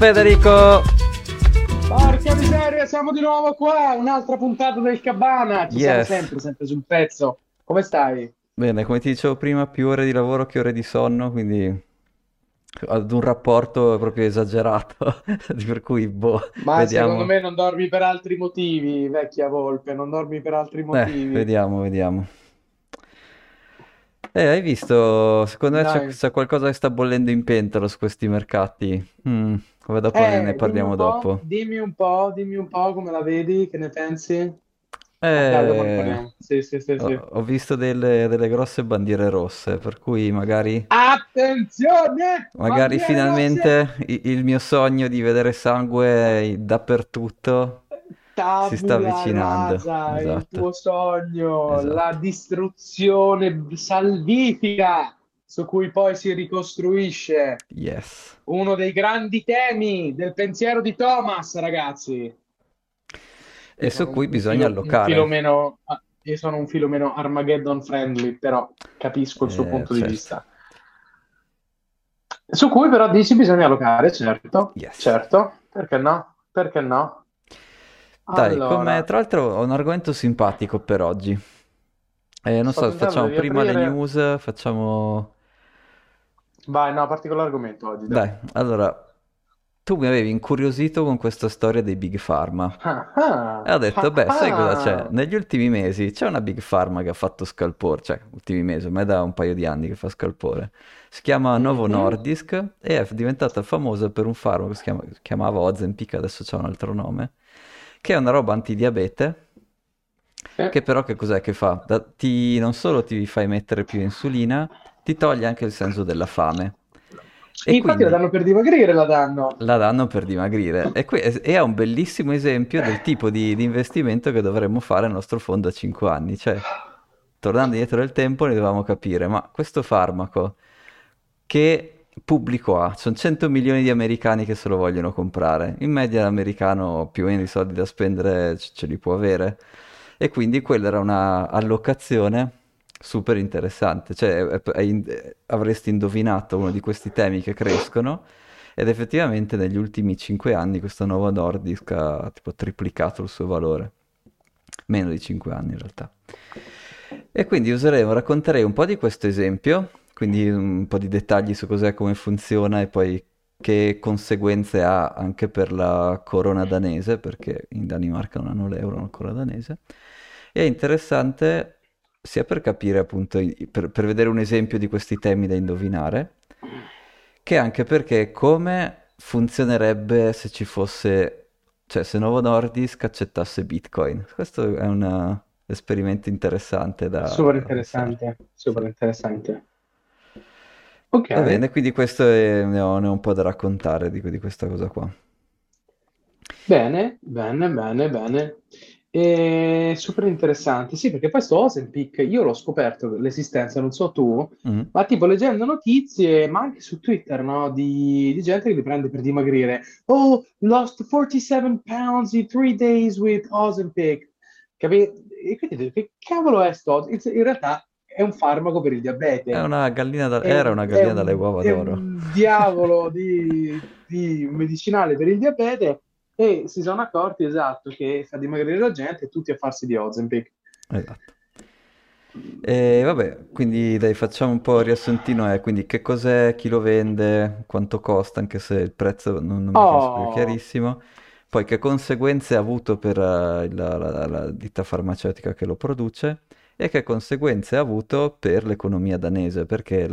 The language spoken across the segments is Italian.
Federico! Porca miseria, siamo di nuovo qua, un'altra puntata del Cabana, ci siamo Yes! sempre sul pezzo. Come stai? Bene, come ti dicevo prima, più ore di lavoro che ore di sonno, quindi ad un rapporto proprio esagerato, per cui, boh, Ma secondo vediamo. me non dormi per altri motivi, vecchia volpe, non dormi per altri motivi. Vediamo. Hai visto? Secondo me Dai, c'è qualcosa che sta bollendo in pentola su questi mercati. Vabbè, dopo ne dimmi un parliamo po', dopo. dimmi un po' come la vedi, che ne pensi? Dai, dopo ne Eh, parliamo. Sì, sì, sì, ho, sì. ho visto delle grosse bandiere rosse, per cui Attenzione, magari bandiere rosse! finalmente il mio sogno di vedere sangue dappertutto si sta Tabula avvicinando. rasa, il Esatto, tuo sogno, la esatto. distruzione salvifica su cui poi si ricostruisce. Yes. Uno dei grandi temi del pensiero di Thomas, ragazzi. E Io su sono cui bisogna un filo allocare. meno, io sono un filo meno Armageddon friendly, però capisco il suo punto di Certo. vista. Su cui però dici bisogna allocare, certo, Yes. certo, perché no? Perché no? Dai, come Allora, tra l'altro ho un argomento simpatico per oggi. Non sto so, tentando di facciamo prima le riaprire. news, facciamo. Vai, no, particolare argomento oggi, dai. Dai, allora, tu mi avevi incuriosito con questa storia dei Big Pharma. Ah, E ho ah, detto, ah, beh, sai cosa c'è? ah. Negli ultimi mesi c'è una Big Pharma che ha fatto scalpore, cioè, ultimi mesi, ormai da un paio di anni che fa scalpore. Si chiama Novo Mhm. Nordisk e è diventata famosa per un farmaco che si chiamava Ozempic, adesso c'ha un altro nome, che è una roba antidiabete, Eh, che però che cos'è che fa? Non solo ti fai mettere più insulina, ti toglie anche il senso della fame. E Infatti la quindi danno per dimagrire, la danno. la danno per dimagrire. E è un bellissimo esempio del tipo di investimento che dovremmo fare al nostro fondo a 5 anni. Cioè, tornando indietro nel tempo, ne dovevamo capire, ma questo farmaco che pubblico ha? Sono 100 milioni di americani che se lo vogliono comprare. In media l'americano più o meno i soldi da spendere ce li può avere. E quindi quella era una allocazione super interessante. Cioè, avresti indovinato uno di questi temi che crescono ed effettivamente negli ultimi 5 anni questo nuovo Nordisk ha tipo triplicato il suo valore. Meno di 5 anni in realtà. E quindi racconterei un po' di questo esempio, quindi un po' di dettagli su cos'è, come funziona e poi che conseguenze ha anche per la corona danese, perché in Danimarca non hanno l'euro, hanno la corona danese. E è interessante sia per capire appunto, per vedere un esempio di questi temi da indovinare, che anche perché come funzionerebbe se ci fosse, cioè se Novo Nordisk accettasse Bitcoin. Questo è un esperimento interessante Super da pensare. interessante, Sì. super interessante. Ok, Va bene, quindi ne ho un po' da raccontare di questa cosa qua. bene, bene, bene, bene. Super interessante. Sì, perché poi sto Ozempic, io l'ho scoperto l'esistenza, non so tu, Mm. ma tipo leggendo notizie, ma anche su Twitter, no? Di gente che li prende per dimagrire. Oh, lost 47 pounds in 3 days with Ozempic. E quindi dico, che cavolo è sto? In realtà è un farmaco per il È diabete. una gallina era una È gallina dalle un, uova è d'oro. un diavolo di medicinale per il diabete e si sono accorti, esatto, che fa dimagrire la gente e tutti a farsi di Ozempic. Esatto. E vabbè, quindi dai, facciamo un po' il riassuntino, quindi che cos'è, chi lo vende, quanto costa, anche se il prezzo non mi fosse più Oh, chiarissimo. Poi che conseguenze ha avuto per la ditta farmaceutica che lo produce e che conseguenze ha avuto per l'economia danese, perché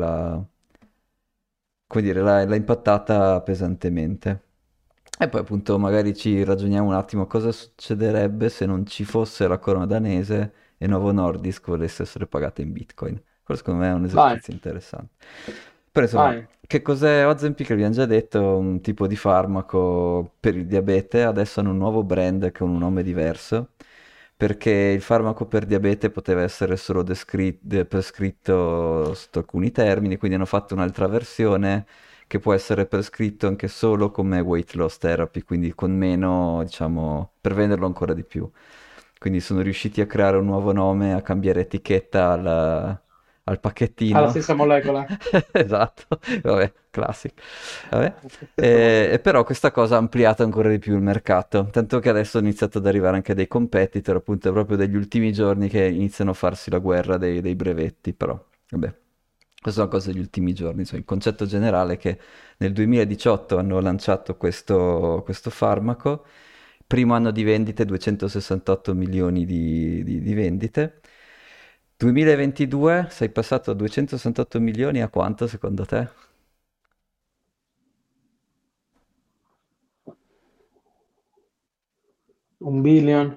come dire, l'ha impattata pesantemente. E poi appunto magari ci ragioniamo un attimo cosa succederebbe se non ci fosse la corona danese e Novo Nordisk volesse essere pagata in Bitcoin. Quello secondo me è un vai, esercizio interessante. Però insomma, vai. che cos'è Ozempic? Abbiamo già detto, un tipo di farmaco per il diabete, adesso hanno un nuovo brand con un nome diverso, perché il farmaco per diabete poteva essere solo prescritto sotto alcuni termini, quindi hanno fatto un'altra versione che può essere prescritto anche solo come weight loss therapy, quindi con meno, diciamo, per venderlo ancora di più. Quindi sono riusciti a creare un nuovo nome, a cambiare etichetta al Ha la pacchettino. stessa molecola. Esatto, vabbè, classico. Vabbè. Ha la stessa E molecola. però questa cosa ha ampliato ancora di più il mercato, tanto che adesso è iniziato ad arrivare anche dei competitor, appunto, è proprio degli ultimi giorni che iniziano a farsi la guerra dei brevetti, però, vabbè, queste sono cose degli ultimi giorni, insomma, il concetto generale è che nel 2018 hanno lanciato questo farmaco, primo anno di vendite 268 milioni di vendite, 2022 sei passato a 268 milioni a quanto secondo te? 1 billion.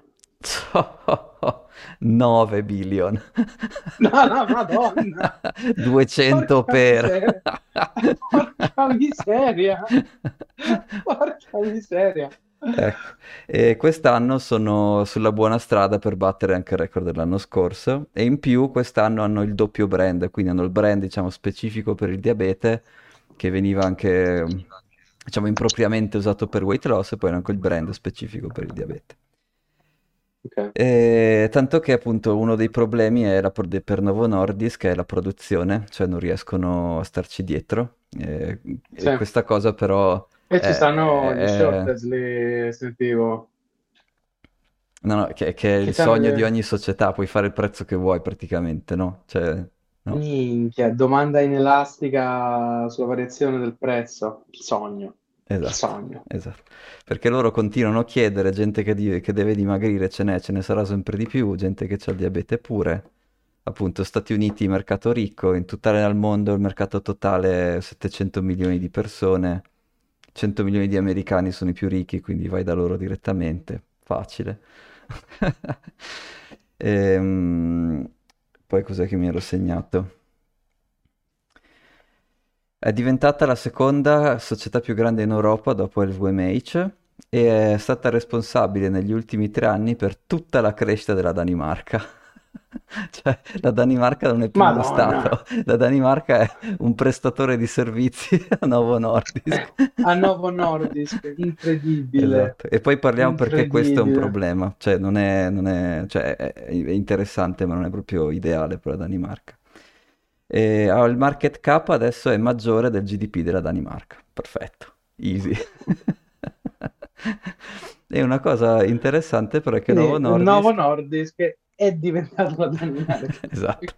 9 billion. No, no, Madonna! 200 Porca per. miseria! Porca miseria! Porca miseria! Ecco, e quest'anno sono sulla buona strada per battere anche il record dell'anno scorso e in più quest'anno hanno il doppio brand, quindi hanno il brand diciamo specifico per il diabete che veniva anche diciamo impropriamente usato per weight loss e poi hanno anche il brand specifico per il diabete. Ok, Tanto che appunto uno dei problemi è per Novo Nordisk è la produzione, cioè non riescono a starci dietro. E sì. questa cosa però E è, ci stanno gli è- shortage, li sentivo. no, no, che è Che il c'hanno sogno di le... ogni società, puoi fare il prezzo che vuoi praticamente, no? Cioè, no, Minchia, domanda inelastica sulla variazione del prezzo. Il sogno. Il esatto, sogno. esatto. Perché loro continuano a chiedere, gente che deve dimagrire ce ne sarà sempre di più, gente che ha il diabete pure. Appunto, Stati Uniti, mercato ricco, in tutta l'area del mondo il mercato totale è 700 milioni di persone, 100 milioni di americani sono i più ricchi, quindi vai da loro direttamente, facile. Ehm, Poi cos'è che mi ero segnato? È diventata la seconda società più grande in Europa dopo il VMH e è stata responsabile negli ultimi 3 anni per tutta la crescita della Danimarca. Cioè, la Danimarca non è più uno Madonna! stato, la Danimarca è un prestatore di servizi a Novo Nordisk. A Novo Nordisk, incredibile. Esatto, e poi parliamo perché questo è un Incredibile. problema, cioè cioè, è interessante ma non è proprio ideale per la Danimarca. E il market cap adesso è maggiore del GDP della Danimarca, perfetto, easy. E una cosa interessante però è che Novo Quindi Novo Nordisk. Nordisk è diventato la Danimarca. Esatto.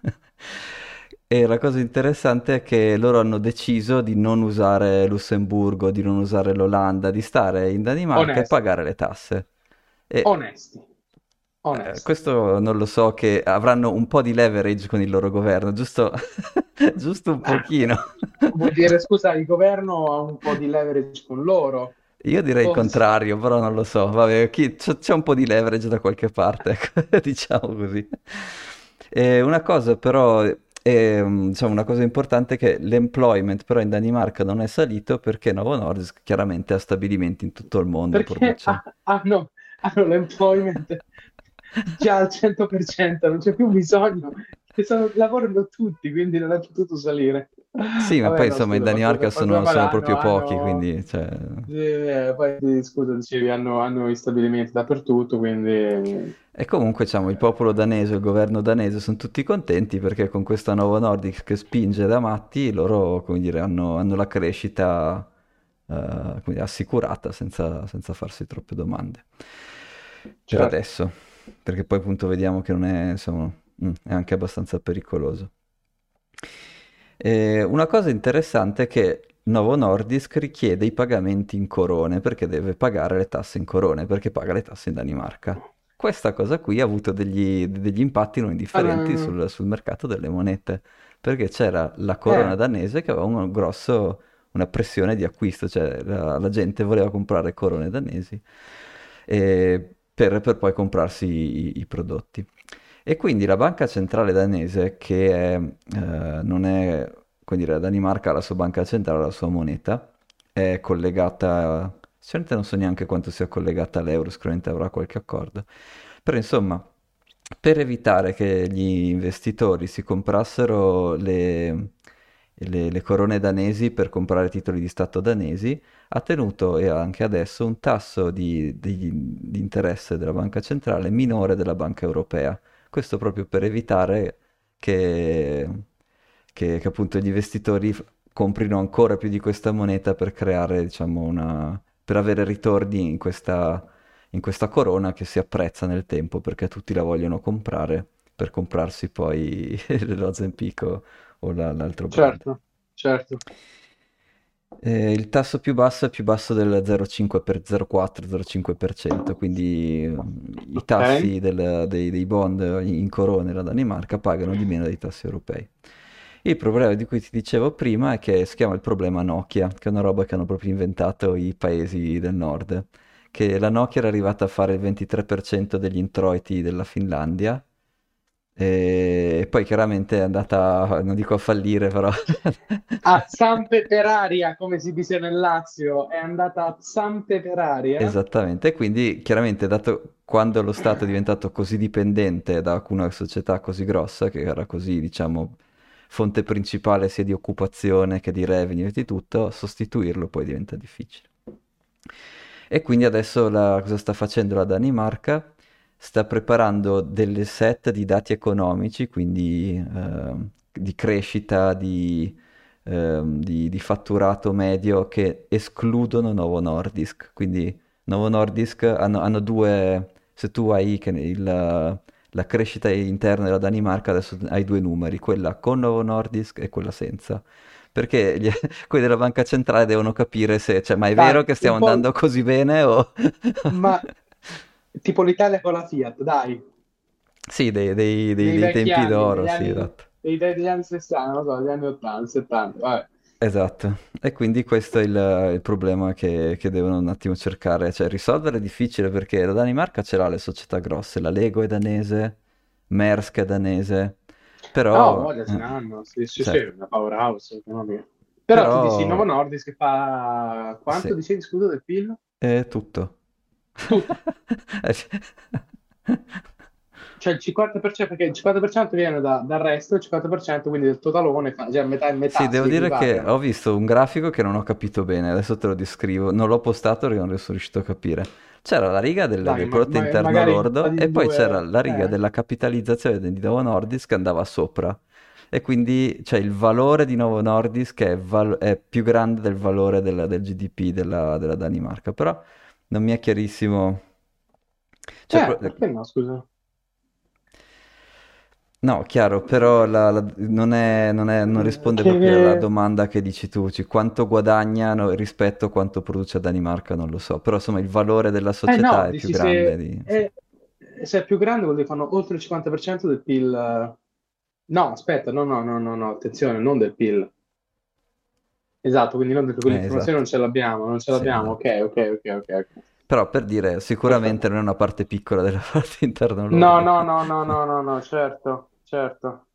E la cosa interessante è che loro hanno deciso di non usare Lussemburgo, di non usare l'Olanda, di stare in Danimarca e Onesti, pagare le tasse. E onesti, onesti. questo non lo so, che avranno un po' di leverage con il loro governo, giusto, giusto un Ma pochino. vuol dire, scusa, il governo ha un po' di leverage con loro, Io direi il forse. contrario, però non lo so. Vabbè, c'è un po' di leverage da qualche parte, ecco, diciamo così. E una cosa però, diciamo una cosa importante è che l'employment però in Danimarca non è salito perché Novo Nordisk chiaramente ha stabilimenti in tutto il mondo e Perché produce. hanno l'employment già al 100%, non c'è più bisogno, che lavorano tutti, quindi non è potuto salire. Sì, ma poi Vabbè, no, insomma in scusa, Danimarca ma sono proprio pochi, quindi cioè. poi, scusa, dicevi, hanno gli stabilimenti dappertutto, quindi... E comunque diciamo il popolo danese, il governo danese sono tutti contenti perché con questa Novo Nordisk che spinge da matti, loro come dire, hanno la crescita come dire, assicurata senza farsi troppe domande. Per Certo. adesso, perché poi appunto vediamo che non è, insomma, è anche abbastanza pericoloso. Una cosa interessante è che Novo Nordisk richiede i pagamenti in corone perché deve pagare le tasse in corone, perché paga le tasse in Danimarca. Questa cosa qui ha avuto degli impatti non indifferenti Allora, sul mercato delle monete, perché c'era la corona eh, danese che aveva una pressione di acquisto, cioè la gente voleva comprare corone danesi per poi comprarsi i prodotti. E quindi la banca centrale danese, non è, come dire, la Danimarca ha la sua banca centrale, la sua moneta, è collegata, sinceramente non so neanche quanto sia collegata all'euro, sicuramente avrà qualche accordo, però insomma, per evitare che gli investitori si comprassero le corone danesi per comprare titoli di Stato danesi, ha tenuto e ha anche adesso un tasso di interesse della banca centrale minore della banca europea. Questo proprio per evitare che, che appunto gli investitori comprino ancora più di questa moneta per creare, diciamo, per avere ritorni in questa corona che si apprezza nel tempo perché tutti la vogliono comprare per comprarsi poi l'Ozempic o l'altro brand. Certo, certo. Il tasso più basso è più basso del 0,5 per 0,4-0,5%, quindi i Ok. tassi dei bond in corone nella Danimarca pagano di meno dei tassi europei. Il problema di cui ti dicevo prima è che si chiama il problema Nokia, che è una roba che hanno proprio inventato i paesi del nord, che la Nokia era arrivata a fare il 23% degli introiti della Finlandia e poi chiaramente è andata, non dico a fallire, però A zampe per aria, come si dice nel Lazio, è andata a zampe per aria. esattamente, e quindi chiaramente dato quando lo Stato è diventato così dipendente da una società così grossa, che era così, diciamo, fonte principale sia di occupazione che di revenue e di tutto, sostituirlo poi diventa difficile. E quindi adesso cosa sta facendo la Danimarca? Sta preparando delle set di dati economici, quindi di crescita, di fatturato medio che escludono Novo Nordisk. Quindi Novo Nordisk hanno due, se tu hai la crescita interna della Danimarca, adesso hai due numeri, quella con Novo Nordisk e quella senza. Perché quelli della banca centrale devono capire se, cioè, ma è Dai, vero che un stiamo po', andando così bene o... ma tipo l'Italia con la Fiat, dai, Sì, dei dei vecchi tempi anni, d'oro, sì, esatto. degli anni 60, non so, degli anni 80, 70, vabbè. Esatto, e quindi questo è il problema che devono un attimo cercare, cioè risolvere è difficile perché la Danimarca ce l'ha le società grosse, la Lego è danese, Maersk è danese, No, però, voglia ce n'hanno, sì, sì, sì, certo, una powerhouse economica. Però tu dici, però, Novo Nordisk che fa sì, quanto dicevi, scusa, del PIL? è tutto. Tutto. Eh sì. Cioè il 50%, perché il 50% viene dal resto, il 50% quindi del totalone, cioè metà e Sì, metà, devo si dire che equipagliano. ho visto un grafico che non ho capito bene, adesso te lo descrivo, non l'ho postato perché non sono riuscito a capire. C'era la riga Dai, del prodotto interno magari lordo diventati e in poi c'era due, la riga della capitalizzazione di Novo Nordisk che andava sopra. E quindi c'è il valore di Novo Nordisk che è più grande del valore del GDP della Danimarca, però non mi è chiarissimo. Cioè, perché no, scusa? no, chiaro, però non risponde proprio alla Che domanda che dici tu, cioè quanto guadagnano rispetto a quanto produce a Danimarca, non lo so, però insomma il valore della società no, è più dici grande se di... sì. se è più grande vuol dire che fanno oltre il 50% del PIL. No, aspetta, no, no, no, no, no, attenzione, non del PIL. Esatto, quindi non quell'informazione Esatto, non ce l'abbiamo, non ce sì, l'abbiamo. esatto. Ok, ok, ok, ok, ok. Però per dire, sicuramente Perfetto. non è una parte piccola della parte interno No, lordo. no, no, no, no, no, no, certo, certo.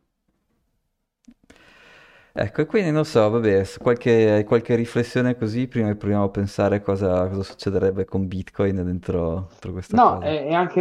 Ecco, e quindi non so, vabbè, hai qualche riflessione così prima che proviamo a pensare cosa succederebbe con Bitcoin dentro questa No, cosa. è anche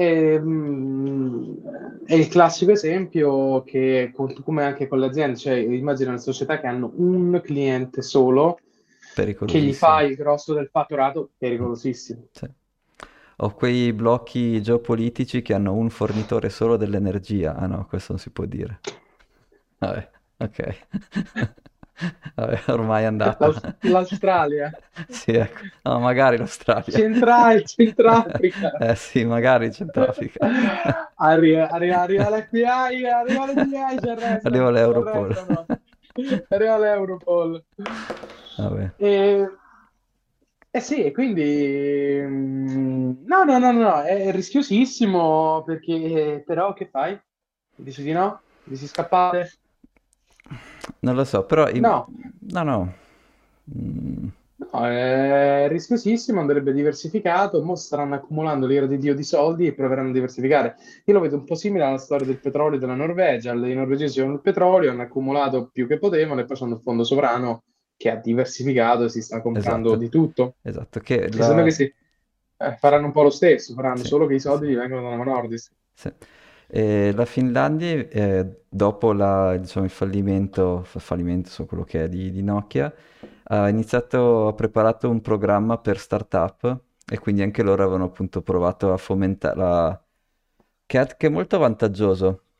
è il classico esempio che, come anche con le aziende, cioè immagina una società che hanno un cliente solo che gli fa Pericolosissimo. il grosso del fatturato, Mm, pericolosissimo. sì. Ho quei blocchi geopolitici che hanno un fornitore solo dell'energia. Ah no, questo non si può dire. Vabbè, ok. Vabbè, ormai è andata. L'Australia, Sì, ecco. No, magari l'Australia. Centrafrica. Sì, magari il Centrafrica. Arriva l'FBI, arriva l'FBI, Arriva ci l'Europol. arrestano. Arriva l'Europol. Vabbè. E, eh sì, quindi no, no, no, no, no, è rischiosissimo perché però che fai? Dici di no? Dici scappare? Non lo so, però... No, No, no. Mm, no, è rischiosissimo, andrebbe diversificato, mo staranno accumulando l'ira di Dio di soldi e proveranno a diversificare. Io lo vedo un po' simile alla storia del petrolio della Norvegia, i norvegesi hanno il petrolio, hanno accumulato più che potevano e poi c'hanno il fondo sovrano che ha diversificato e si sta comprando esatto. di tutto. Esatto, che E secondo me la... sì, faranno un po' lo stesso, faranno Sì, solo che i sì, soldi gli vengono da Novo Nordisk. sì. E la Finlandia, dopo diciamo, il fallimento, so quello che è di Nokia, ha preparato un programma per startup e quindi anche loro avevano appunto provato a fomentare, che è molto vantaggioso,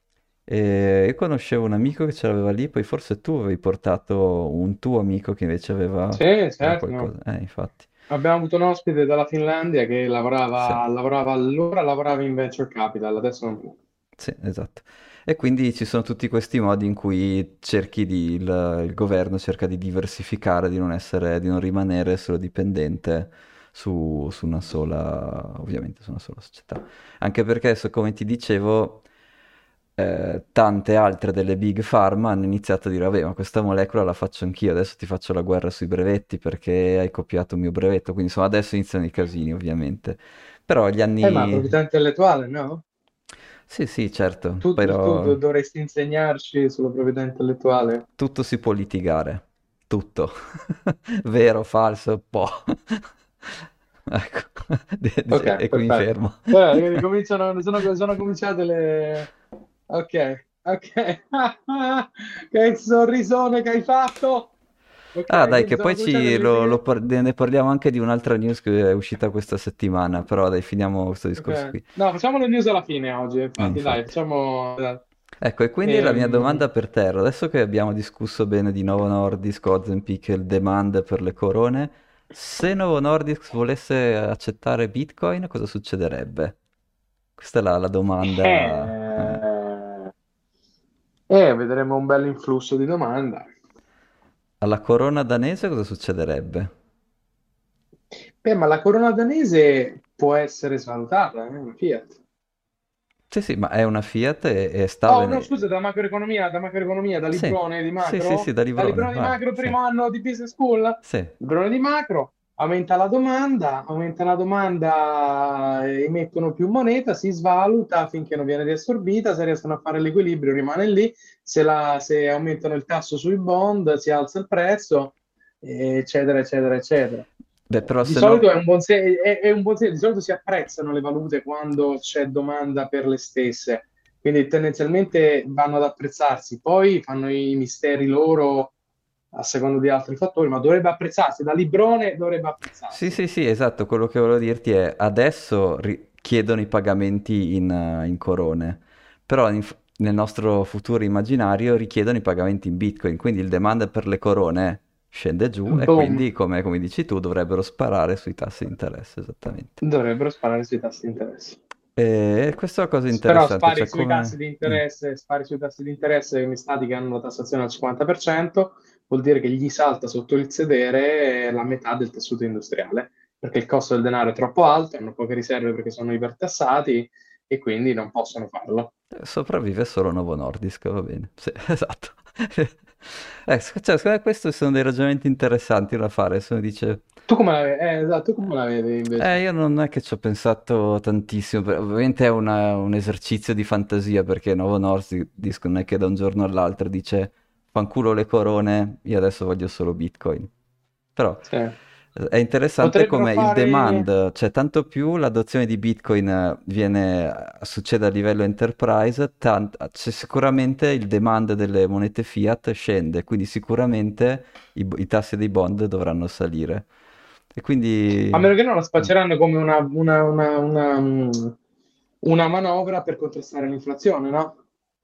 E io conoscevo un amico che ce l'aveva lì, poi forse tu avevi portato un tuo amico che invece Sì, aveva certo, no. qualcosa. Infatti. Abbiamo avuto un ospite dalla Finlandia che Sì. lavorava in venture capital, adesso non più. Sì, esatto. E quindi ci sono tutti questi modi in cui il governo cerca di diversificare, di non rimanere solo dipendente su una sola, ovviamente su una sola società. Anche perché, adesso, come ti dicevo, tante altre delle big pharma hanno iniziato a dire, vabbè, ma questa molecola la faccio anch'io, adesso ti faccio la guerra sui brevetti perché hai copiato il mio brevetto. Quindi, insomma, adesso iniziano i casini, ovviamente. Però gli Ma anni... proprietà intellettuale, no? Sì, sì, certo, però... Dovresti insegnarci sulla proprietà intellettuale. Tutto si può litigare, tutto. Vero, falso, può. Ecco, Ok, e qui mi perfetto. fermo. Sono cominciate le... Ok, ok. Che sorrisone che hai fatto! Ah, Ok, dai, quindi che sono poi cominciate le litighe. ne parliamo anche di un'altra news che è uscita questa settimana, però dai, finiamo questo discorso Ok. qui. No, facciamo le news alla fine oggi, infatti, dai, Infatti. facciamo... Ecco, e quindi la mia Ehm, domanda per te era, adesso che abbiamo discusso bene di Novo Nordisk, Ozempic e il demand per le corone, se Novo Nordisk volesse accettare Bitcoin, cosa succederebbe? Questa è la domanda. eh, vedremo un bel influsso di domanda. Alla corona danese cosa succederebbe? Ma la corona danese può essere svalutata, una Fiat. Sì, sì, ma è una Fiat e sta Oh, no, bene. scusa, da macroeconomia, Sì, sì, sì, sì, da da librone, librone di vai, macro, sì, primo anno di business school, sì. librone di macro, aumenta la domanda, emettono più moneta, si svaluta finché non viene riassorbita, se riescono a fare l'equilibrio rimane lì, se aumentano il tasso sui bond si alza il prezzo, eccetera, eccetera, eccetera. Beh, però Di se solito no... è un buon segno, di solito si apprezzano le valute quando c'è domanda per le stesse, quindi tendenzialmente vanno ad apprezzarsi, poi fanno i misteri loro a seconda di altri fattori, ma dovrebbe apprezzarsi, da librone dovrebbe Sì, apprezzarsi. sì, sì, esatto, quello che volevo dirti è adesso chiedono i pagamenti in corone, però nel nostro futuro immaginario richiedono i pagamenti in Bitcoin, quindi il demand per le corone scende giù e Boom, quindi, come dici tu, dovrebbero sparare sui tassi di interesse, esattamente. dovrebbero sparare sui tassi di interesse. E questa è una cosa Però interessante, cioè come... spari sui tassi di interesse negli stati che hanno la tassazione al 50%, vuol dire che gli salta sotto il sedere la metà del tessuto industriale, perché il costo del denaro è troppo alto, hanno poche riserve perché sono ipertassati e quindi non possono farlo. Sopravvive solo Novo Nordisk, va bene. Sì, esatto. Cioè, secondo me questi sono dei ragionamenti interessanti da fare. Se uno dice, Esatto, tu come la vedi invece? io non è che ci ho pensato tantissimo, ovviamente è un esercizio di fantasia perché Novo Nordisk non è che da un giorno all'altro dice fanculo le corone, io adesso voglio solo Bitcoin. Però Sì. è interessante Potrebbero come il fare... demand, cioè tanto più l'adozione di Bitcoin succede a livello enterprise, c'è sicuramente il demand delle monete fiat scende, quindi sicuramente i tassi dei bond dovranno salire. E A quindi... meno che non la mm. spacceranno come una manovra per contrastare l'inflazione, no?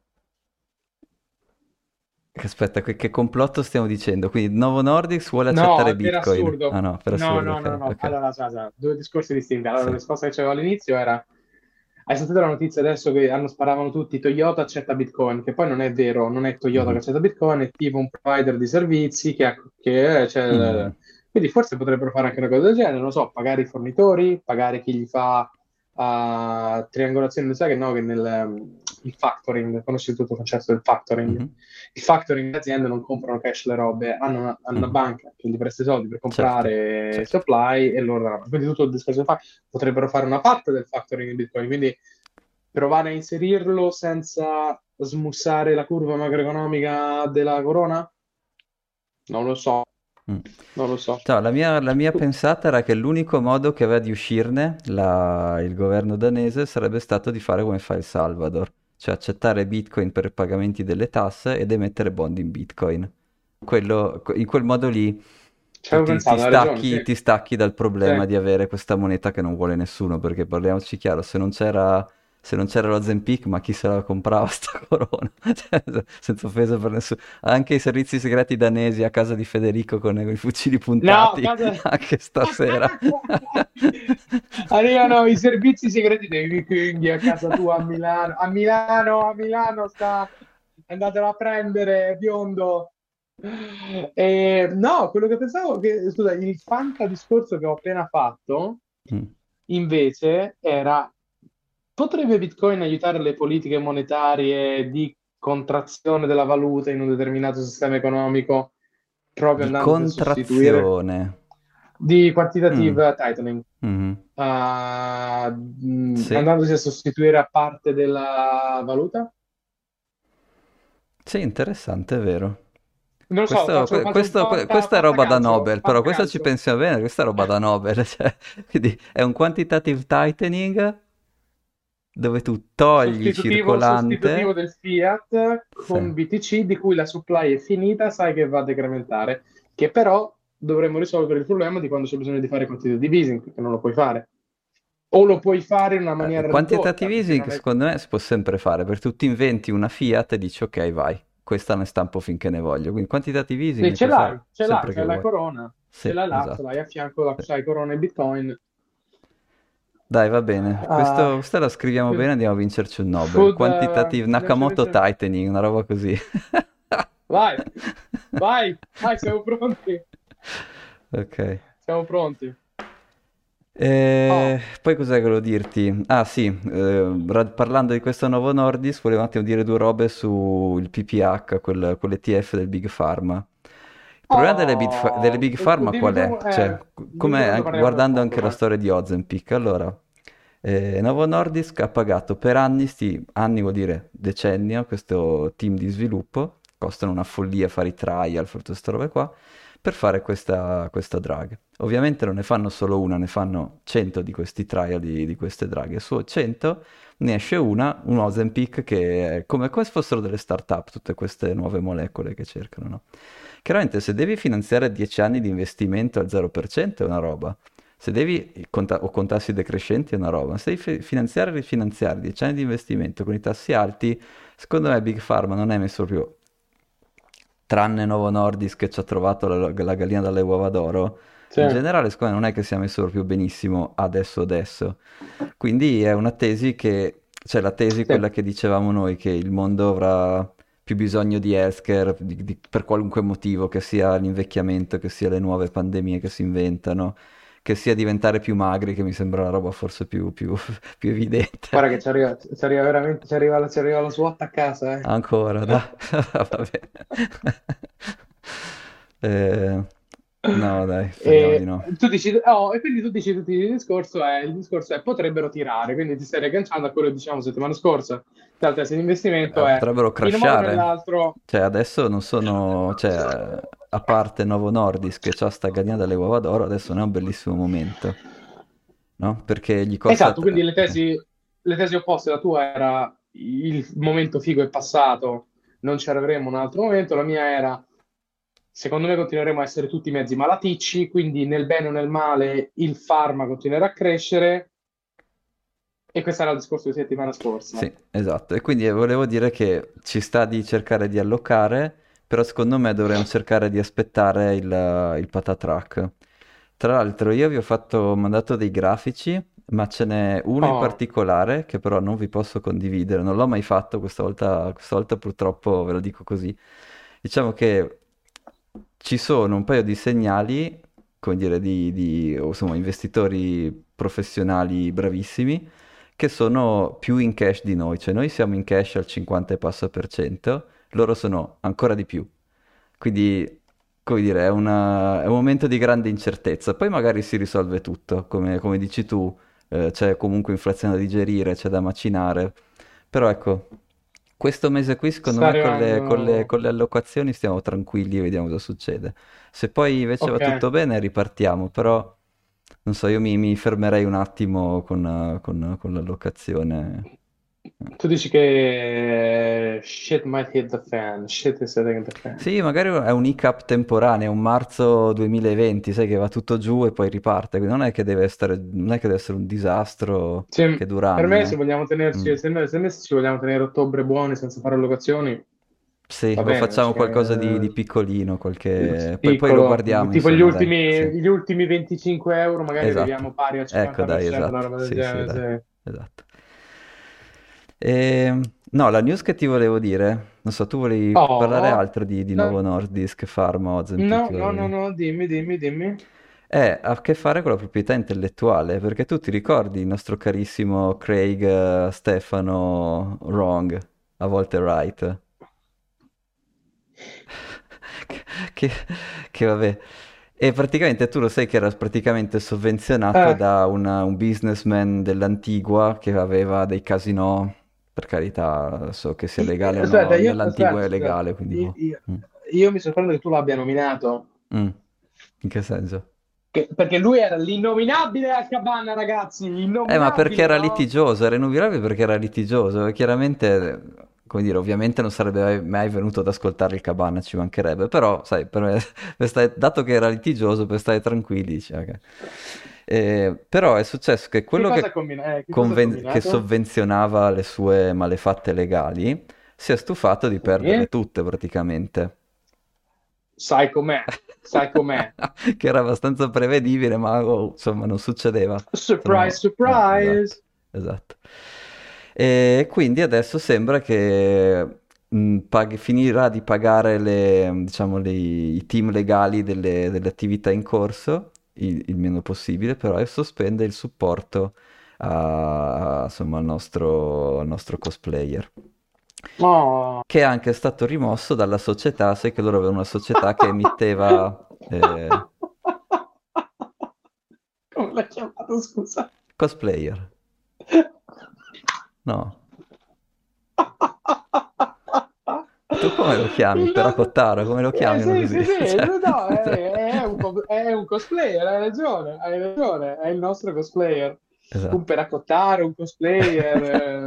Aspetta, che complotto stiamo dicendo? Quindi Novo Nordisk vuole accettare No, per Bitcoin. Ah assurdo. no, per No, assurdo, no, no, ok, no. ok. Allora, due discorsi distinti. Allora, la Sì. risposta che c'avevo all'inizio era: hai sentito la notizia adesso che hanno sparavano tutti Toyota accetta Bitcoin, che poi non è vero, non è Toyota che Mhm. accetta Bitcoin, è tipo un provider di servizi Mhm. quindi forse potrebbero fare anche una cosa del genere, non lo so, pagare i fornitori, pagare chi gli fa triangolazione, lo sai che no, che il factoring, conosci tutto il concetto del factoring. Mhm. Il factoring, le aziende non comprano cash le robe, hanno una Mhm. banca che gli presta i soldi per Certo, comprare certo. supply e loro danno. Quindi tutto il discorso potrebbero fare una parte del factoring in Bitcoin, quindi provare a inserirlo senza smussare la curva macroeconomica della corona? Non lo so, Mm. non lo so. No, la mia pensata era che l'unico modo che aveva di uscirne il governo danese sarebbe stato di fare come fa il Salvador, cioè accettare Bitcoin per i pagamenti delle tasse ed emettere bond in Bitcoin. In quel modo lì Ci tu avevo pensato, hai ragione, sì. ti stacchi dal Sì. problema di avere questa moneta che non vuole nessuno, perché parliamoci chiaro, se non c'era se non c'era lo Ozempic, ma chi se la comprava sta corona? Cioè, senza offesa per nessuno. Anche i servizi segreti danesi a casa di Federico con i fucili No, puntati, casa... anche stasera. Arrivano i servizi segreti dei vichinghi a casa tua a Milano. A Milano sta... Andatelo a prendere, biondo. No, quello che pensavo che, scusa, il fanta discorso che ho appena fatto, Mm. invece, era, potrebbe Bitcoin aiutare le politiche monetarie di contrazione della valuta in un determinato sistema economico, proprio Di andandosi a sostituire contrazione. di Mm. quantitative tightening, Mhm. Sì, andandosi a sostituire a parte della valuta? sì, interessante, è vero. Non lo so, faccio un Questa è roba da Nobel, però questa ci fantacalcio. pensiamo bene, questa è roba da Nobel, cioè, quindi è un quantitative tightening dove tu togli Sostitutivo circolante. del Fiat Sì. con BTC di cui la supply è finita, sai che va a decrementare, che però dovremmo risolvere il problema di quando c'è bisogno di fare quantitative easing, perché non lo puoi fare. O lo puoi fare in una maniera ridotta, Quantitative perché easing non è... secondo me si può sempre fare, perché tu ti inventi una Fiat e dici ok vai, questa ne stampo finché ne voglio, quindi quantitative easing Sì, ne puoi fare ce l'hai, sempre che c'è la vuoi. corona, Sì, ce esatto. l'hai a fianco, Sì. c'hai corona e Bitcoin. Dai, va bene. Ah, Questa la scriviamo bene, andiamo a vincerci un Nobel. food, Quantitative Nakamoto nascere... tightening, una roba così. Vai, vai, siamo pronti. Ok. Siamo pronti. E Oh, poi cos'è che volevo dirti? Ah sì, parlando di questo nuovo Nordis, volevo un attimo dire due robe sul PPH, quell'ETF del Big Pharma. Il problema delle Big Pharma qual è? Cioè, dimmi come quando parliamo del guardando fondo, anche la vai. storia di Ozempic, allora, Novo Nordisk ha pagato per anni, anni vuol dire decennio, questo team di sviluppo, costano una follia fare i trial, fare tutte queste robe qua, per fare questa drug. Ovviamente non ne fanno solo una, ne fanno 100 di questi trial di queste draghe. E su 100 ne esce una, un Ozempic, che è come se fossero delle start-up, tutte queste nuove molecole che cercano, no? Chiaramente se devi finanziare 10 anni di investimento al 0% è una roba. Se devi, o con tassi decrescenti è una roba. Se devi finanziare e rifinanziare 10 anni di investimento con i tassi alti, secondo me Big Pharma non è messo proprio, tranne Novo Nordisk che ci ha trovato la gallina dalle uova d'oro, Sì, in generale secondo me non è che sia messo proprio benissimo adesso adesso. Quindi è una tesi che, cioè la tesi sì. quella che dicevamo noi, che il mondo avrà più bisogno di healthcare per qualunque motivo, che sia l'invecchiamento, che sia le nuove pandemie che si inventano, che sia diventare più magri, che mi sembra la roba forse più evidente. Guarda che ci arriva veramente, ci arriva la SWAT a casa, eh. Ancora, dai, va bene. Eh, no, dai, speriamo di E no. tu dici, oh, e quindi tu dici tutti il discorso è potrebbero tirare, quindi ti stai riagganciando a quello che dicevamo settimana scorsa, che la tesi di investimento è Potrebbero in un modo o crashare. nell'altro. Cioè, adesso non sono, cioè, a parte Novo Nordisk che c'ha sta gallina dalle uova d'oro, adesso non è un bellissimo momento, no? Perché gli costa... Esatto, quindi le tesi opposte, la tua era il momento figo è passato, non ci arriveremo un altro momento, la mia era secondo me continueremo a essere tutti mezzi malaticci, quindi nel bene o nel male il farma continuerà a crescere e questo era il discorso di settimana scorsa. Sì, esatto. E quindi volevo dire che ci sta di cercare di allocare, però secondo me dovremmo cercare di aspettare il patatrack. Tra l'altro io vi ho mandato dei grafici, ma ce n'è uno in Oh, particolare che però non vi posso condividere, non l'ho mai fatto questa volta purtroppo ve lo dico così. Diciamo che ci sono un paio di segnali, come dire, o, insomma, investitori professionali bravissimi che sono più in cash di noi, cioè noi siamo in cash al 50 e passa per cento, loro sono ancora di più. Quindi, come dire, è un momento di grande incertezza. Poi magari si risolve tutto, come dici tu, c'è comunque inflazione da digerire, c'è da macinare. Però ecco, questo mese qui, secondo sta me, arrivando. con le allocazioni stiamo tranquilli e vediamo cosa succede. Se poi invece va Ok. tutto bene, ripartiamo, però non so, io mi fermerei un attimo con l'allocazione. Tu dici che shit might hit the fan, shit is hitting the fan. Sì, magari è un hiccup temporaneo, un marzo 2020, sai che va tutto giù e poi riparte, quindi non è che deve essere un disastro Sì, che dura per anni, me eh. se vogliamo Mm. tenerci, se ci vogliamo tenere ottobre buoni senza fare allocazioni, Sì, va o bene, facciamo qualcosa di piccolino, poi lo piccolo, guardiamo, tipo insomma, dai, sì. gli ultimi 25 euro magari Esatto. arriviamo pari al Ecco, dai, 50%, una esatto. roba del Sì, sì, genere, dai, sì. esatto. No, la news che ti volevo dire, non so, tu volevi parlare Oh, altro di no, Novo Nordisk, Pharma, no, Ozempic? no, no, no, dimmi, dimmi, dimmi. Ha a che fare con la proprietà intellettuale, perché tu ti ricordi il nostro carissimo Craig Stefano Wrong, a volte right? che, che- che vabbè. E praticamente tu lo sai che era praticamente sovvenzionato Eh, da un businessman dell'Antigua che aveva dei casinò, per carità, so che sia legale o aspetta, no, nell'Antigua è aspetta. legale, quindi Io, boh. io- Mm. io mi sorprendo che tu l'abbia nominato. Mm. In che senso? Perché lui era l'innominabile a Cabana, ragazzi, Ma perché innominabile, era no? litigioso, era inubilabile perché era litigioso e chiaramente, come dire, ovviamente non sarebbe mai venuto ad ascoltare il Cabana, ci mancherebbe, però, sai, per me, dato che era litigioso, per stare tranquilli, dice, ok. Però è successo che quello Che cosa ha che combinato? sovvenzionava le sue malefatte legali si è stufato di perderle Sì. tutte praticamente. Sai com'è, sai com'è. Che era abbastanza prevedibile, ma oh, insomma non succedeva. Surprise, Esatto, surprise. esatto. E quindi adesso sembra che finirà di pagare diciamo, i team legali delle attività in corso, il meno possibile, però, e sospende il supporto insomma, al nostro cosplayer. Oh. Che è anche stato rimosso dalla società, sai che loro avevano una società che emitteva Come l'hai chiamato, scusa? cosplayer. No. Tu come lo chiami? Il nostro- Peracottaro, come lo chiamano sì, così? sì, sì, Cioè, no, è un cosplayer, hai ragione, è il nostro cosplayer. Un esatto. peracottare, un cosplayer.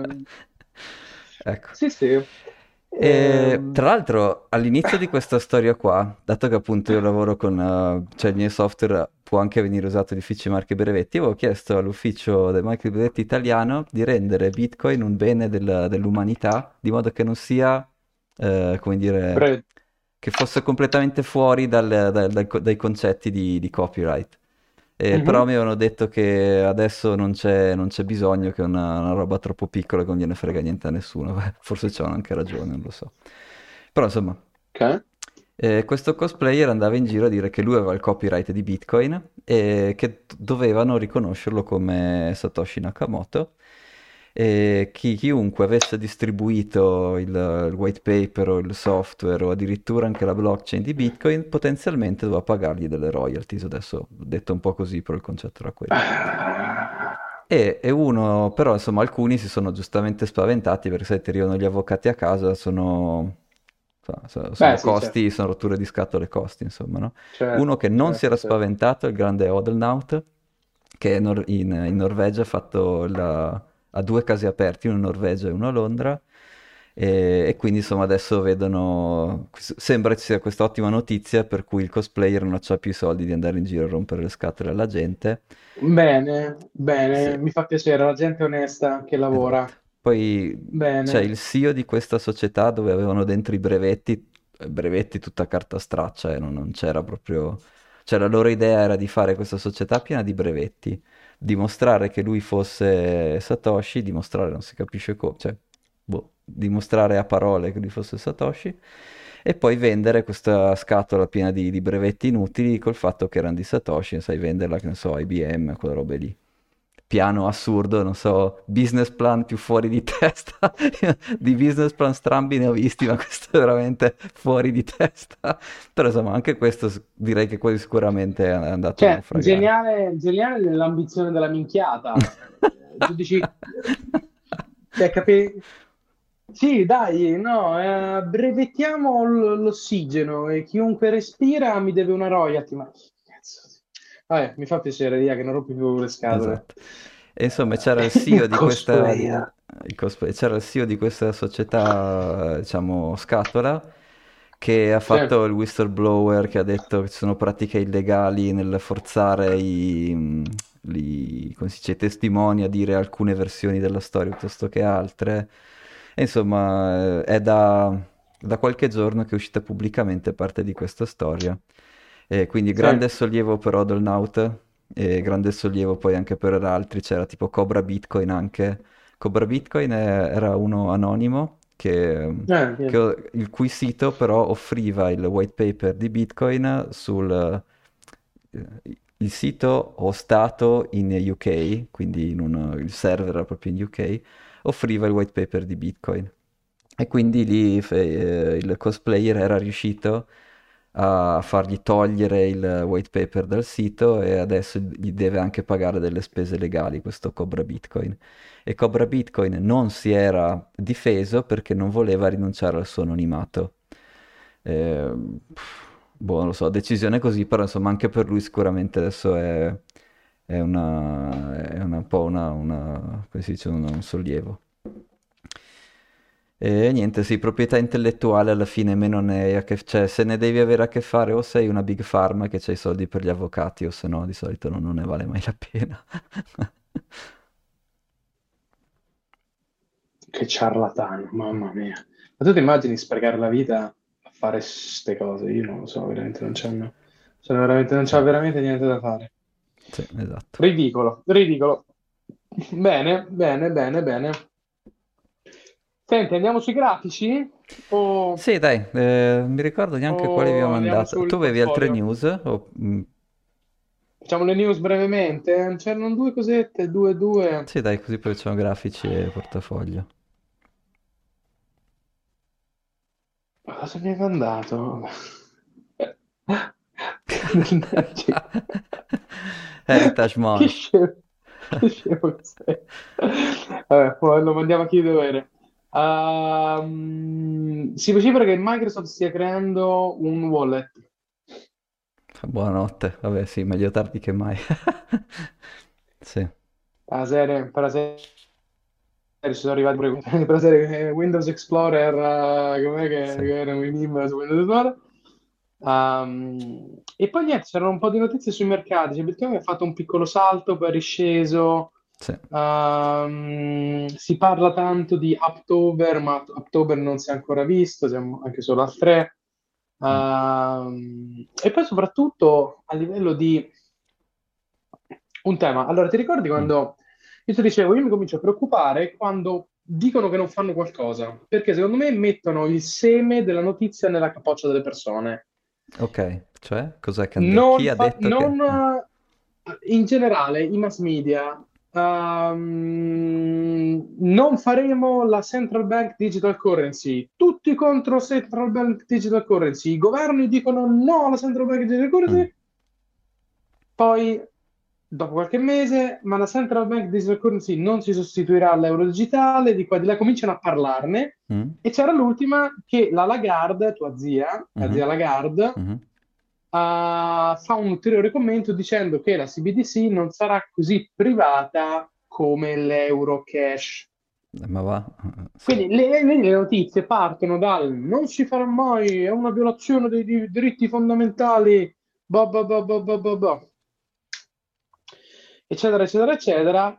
Ecco. Sì, sì. E, tra Ehm, l'altro, all'inizio di questa storia qua, dato che appunto io lavoro con, cioè il mio software può anche venire usato di uffici marchi e brevetti, avevo chiesto all'ufficio del marchi e brevetti italiano di rendere Bitcoin un bene dell'umanità, di modo che non sia, come dire, bre- che fosse completamente fuori dai concetti di copyright. Però Mhm. mi avevano detto che adesso non c'è bisogno, che è una roba troppo piccola che non gliene frega niente a nessuno. Beh, forse c'hanno anche ragione, non lo so. Però insomma, Ok. questo cosplayer andava in giro a dire che lui aveva il copyright di Bitcoin e che dovevano riconoscerlo come Satoshi Nakamoto. E chiunque avesse distribuito il white paper o il software o addirittura anche la blockchain di Bitcoin potenzialmente doveva pagargli delle royalties. Adesso ho detto un po' così, però il concetto era quello. E uno, però insomma alcuni si sono giustamente spaventati perché sai, ti arrivano gli avvocati a casa, Beh, sono sì, costi, certo, sono rotture di scatole costi, insomma, no? Uno certo, che non si certo, era certo. spaventato, il grande Odelnaut, che in Norvegia ha fatto ha due casi aperti, uno in Norvegia e uno a Londra, e quindi insomma adesso vedono, sembra ci sia questa ottima notizia per cui il cosplayer non ha più i soldi di andare in giro a rompere le scatole alla gente. Bene, Sì, bene, mi fa piacere, la gente onesta che lavora. esatto. Poi c'è Bene. il CEO di questa società dove avevano dentro i brevetti tutta carta straccia, non c'era proprio. Cioè la loro idea era di fare questa società piena di brevetti, dimostrare che lui fosse Satoshi, dimostrare non si capisce come, cioè, boh, dimostrare a parole che lui fosse Satoshi, e poi vendere questa scatola piena di brevetti inutili col fatto che erano di Satoshi, sai venderla, che ne so, IBM, quelle robe lì. Piano assurdo, non so, business plan più fuori di testa. Di business plan strambi ne ho visti, ma questo è veramente fuori di testa. Però insomma, anche questo direi che quasi sicuramente è andato a Cioè, naufragare. geniale nell'ambizione della minchiata. Tu dici, cioè, Sì, dai, no, brevettiamo l'ossigeno e chiunque respira mi deve una royalty, ma cazzo. Vabbè, mi fa piacere, via, che non rompi più le scatole. Esatto. E insomma c'era il CEO di questa, Cosplayer. c'era il CEO di questa società, diciamo, scatola, che ha Sì, fatto il whistleblower, che ha detto che ci sono pratiche illegali nel forzare come si dice, i testimoni a dire alcune versioni della storia piuttosto che altre. E insomma, è da qualche giorno che è uscita pubblicamente parte di questa storia. E quindi sì. grande sollievo per Odalnaut e grande sollievo poi anche per altri, c'era tipo Cobra Bitcoin anche. Cobra Bitcoin era uno anonimo Sì. il cui sito però offriva il white paper di Bitcoin il sito hostato in UK, quindi il server era proprio in UK, offriva il white paper di Bitcoin. E quindi lì il cosplayer era riuscito a fargli togliere il white paper dal sito e adesso gli deve anche pagare delle spese legali questo Cobra Bitcoin. E Cobra Bitcoin non si era difeso perché non voleva rinunciare al suo anonimato. Eh, boh, non lo so, decisione così, però insomma anche per lui sicuramente adesso è un po' come si dice, un sollievo. E niente, sì, proprietà intellettuale alla fine meno ne hai a che... Cioè, se ne devi avere a che fare o sei una big pharma che c'hai i soldi per gli avvocati o se no di solito non ne vale mai la pena. Che ciarlatano, mamma mia. Ma tu ti immagini sprecare la vita a fare queste cose? Io non lo so, veramente non c'hanno, cioè, veramente, non c'ha Eh, veramente niente da fare. sì, esatto. Ridicolo, ridicolo. Bene, bene, bene, bene. Senti, andiamo sui grafici Sì, dai, mi ricordo neanche quali abbiamo o andiamo mandato. Tu sul avevi altre portfolio? news? Facciamo le news brevemente. C'erano due cosette, due. Sì, dai, così poi facciamo grafici e portafoglio. Ma cosa mi hai mandato? Mannaggia. Heritage Che Month. scemo, che scemo che sei. Vabbè, poi lo mandiamo a chi dovere. Si vocifera che Microsoft stia creando un wallet. Buonanotte. Vabbè, sì, meglio tardi che mai. Sì, Per la serie ci sono arrivati pure per la serie Windows Explorer, com'è sì. che erano i meme su Windows Explorer. E poi niente, c'erano un po' di notizie sui mercati. Cioè, Bitcoin ha fatto un piccolo salto, poi è risceso. Sì. Si parla tanto di October, ma October non si è ancora visto, siamo anche solo al 3. Mm. E poi soprattutto a livello di un tema. Allora, ti ricordi Mm. quando io ti dicevo, io mi comincio a preoccupare quando dicono che non fanno qualcosa, perché secondo me mettono il seme della notizia nella capoccia delle persone. Ok, cioè, cos'è che hanno detto? Chi ha detto che... In generale, i mass media, non faremo la Central Bank Digital Currency, tutti contro Central Bank Digital Currency, i governi dicono no alla Central Bank Digital Mm. Currency, poi dopo qualche mese, ma la Central Bank Digital Currency non si sostituirà all'euro digitale, di qua e di là cominciano a parlarne, Mm. e c'era l'ultima che la Lagarde, tua zia, la Mhm. zia Lagarde, Mhm. fa un ulteriore commento dicendo che la CBDC non sarà così privata come l'euro cash. Ma va? Sì. Quindi le notizie partono dal non si farà mai, è una violazione dei diritti fondamentali, bah, bah, bah, bah, bah, bah, bah, eccetera, eccetera, eccetera.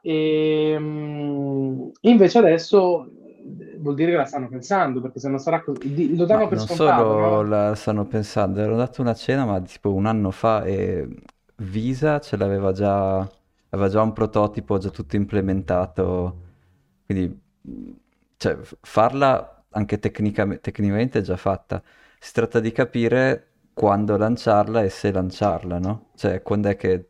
Invece adesso vuol dire che la stanno pensando, perché se non sarà così, lo Ma danno per non scontato, solo no? la stanno pensando, ero andato a una cena ma tipo un anno fa e Visa ce aveva già un prototipo già tutto implementato, quindi cioè, farla anche tecnicamente è già fatta. Si tratta di capire quando lanciarla e se lanciarla, no? Cioè, quando è che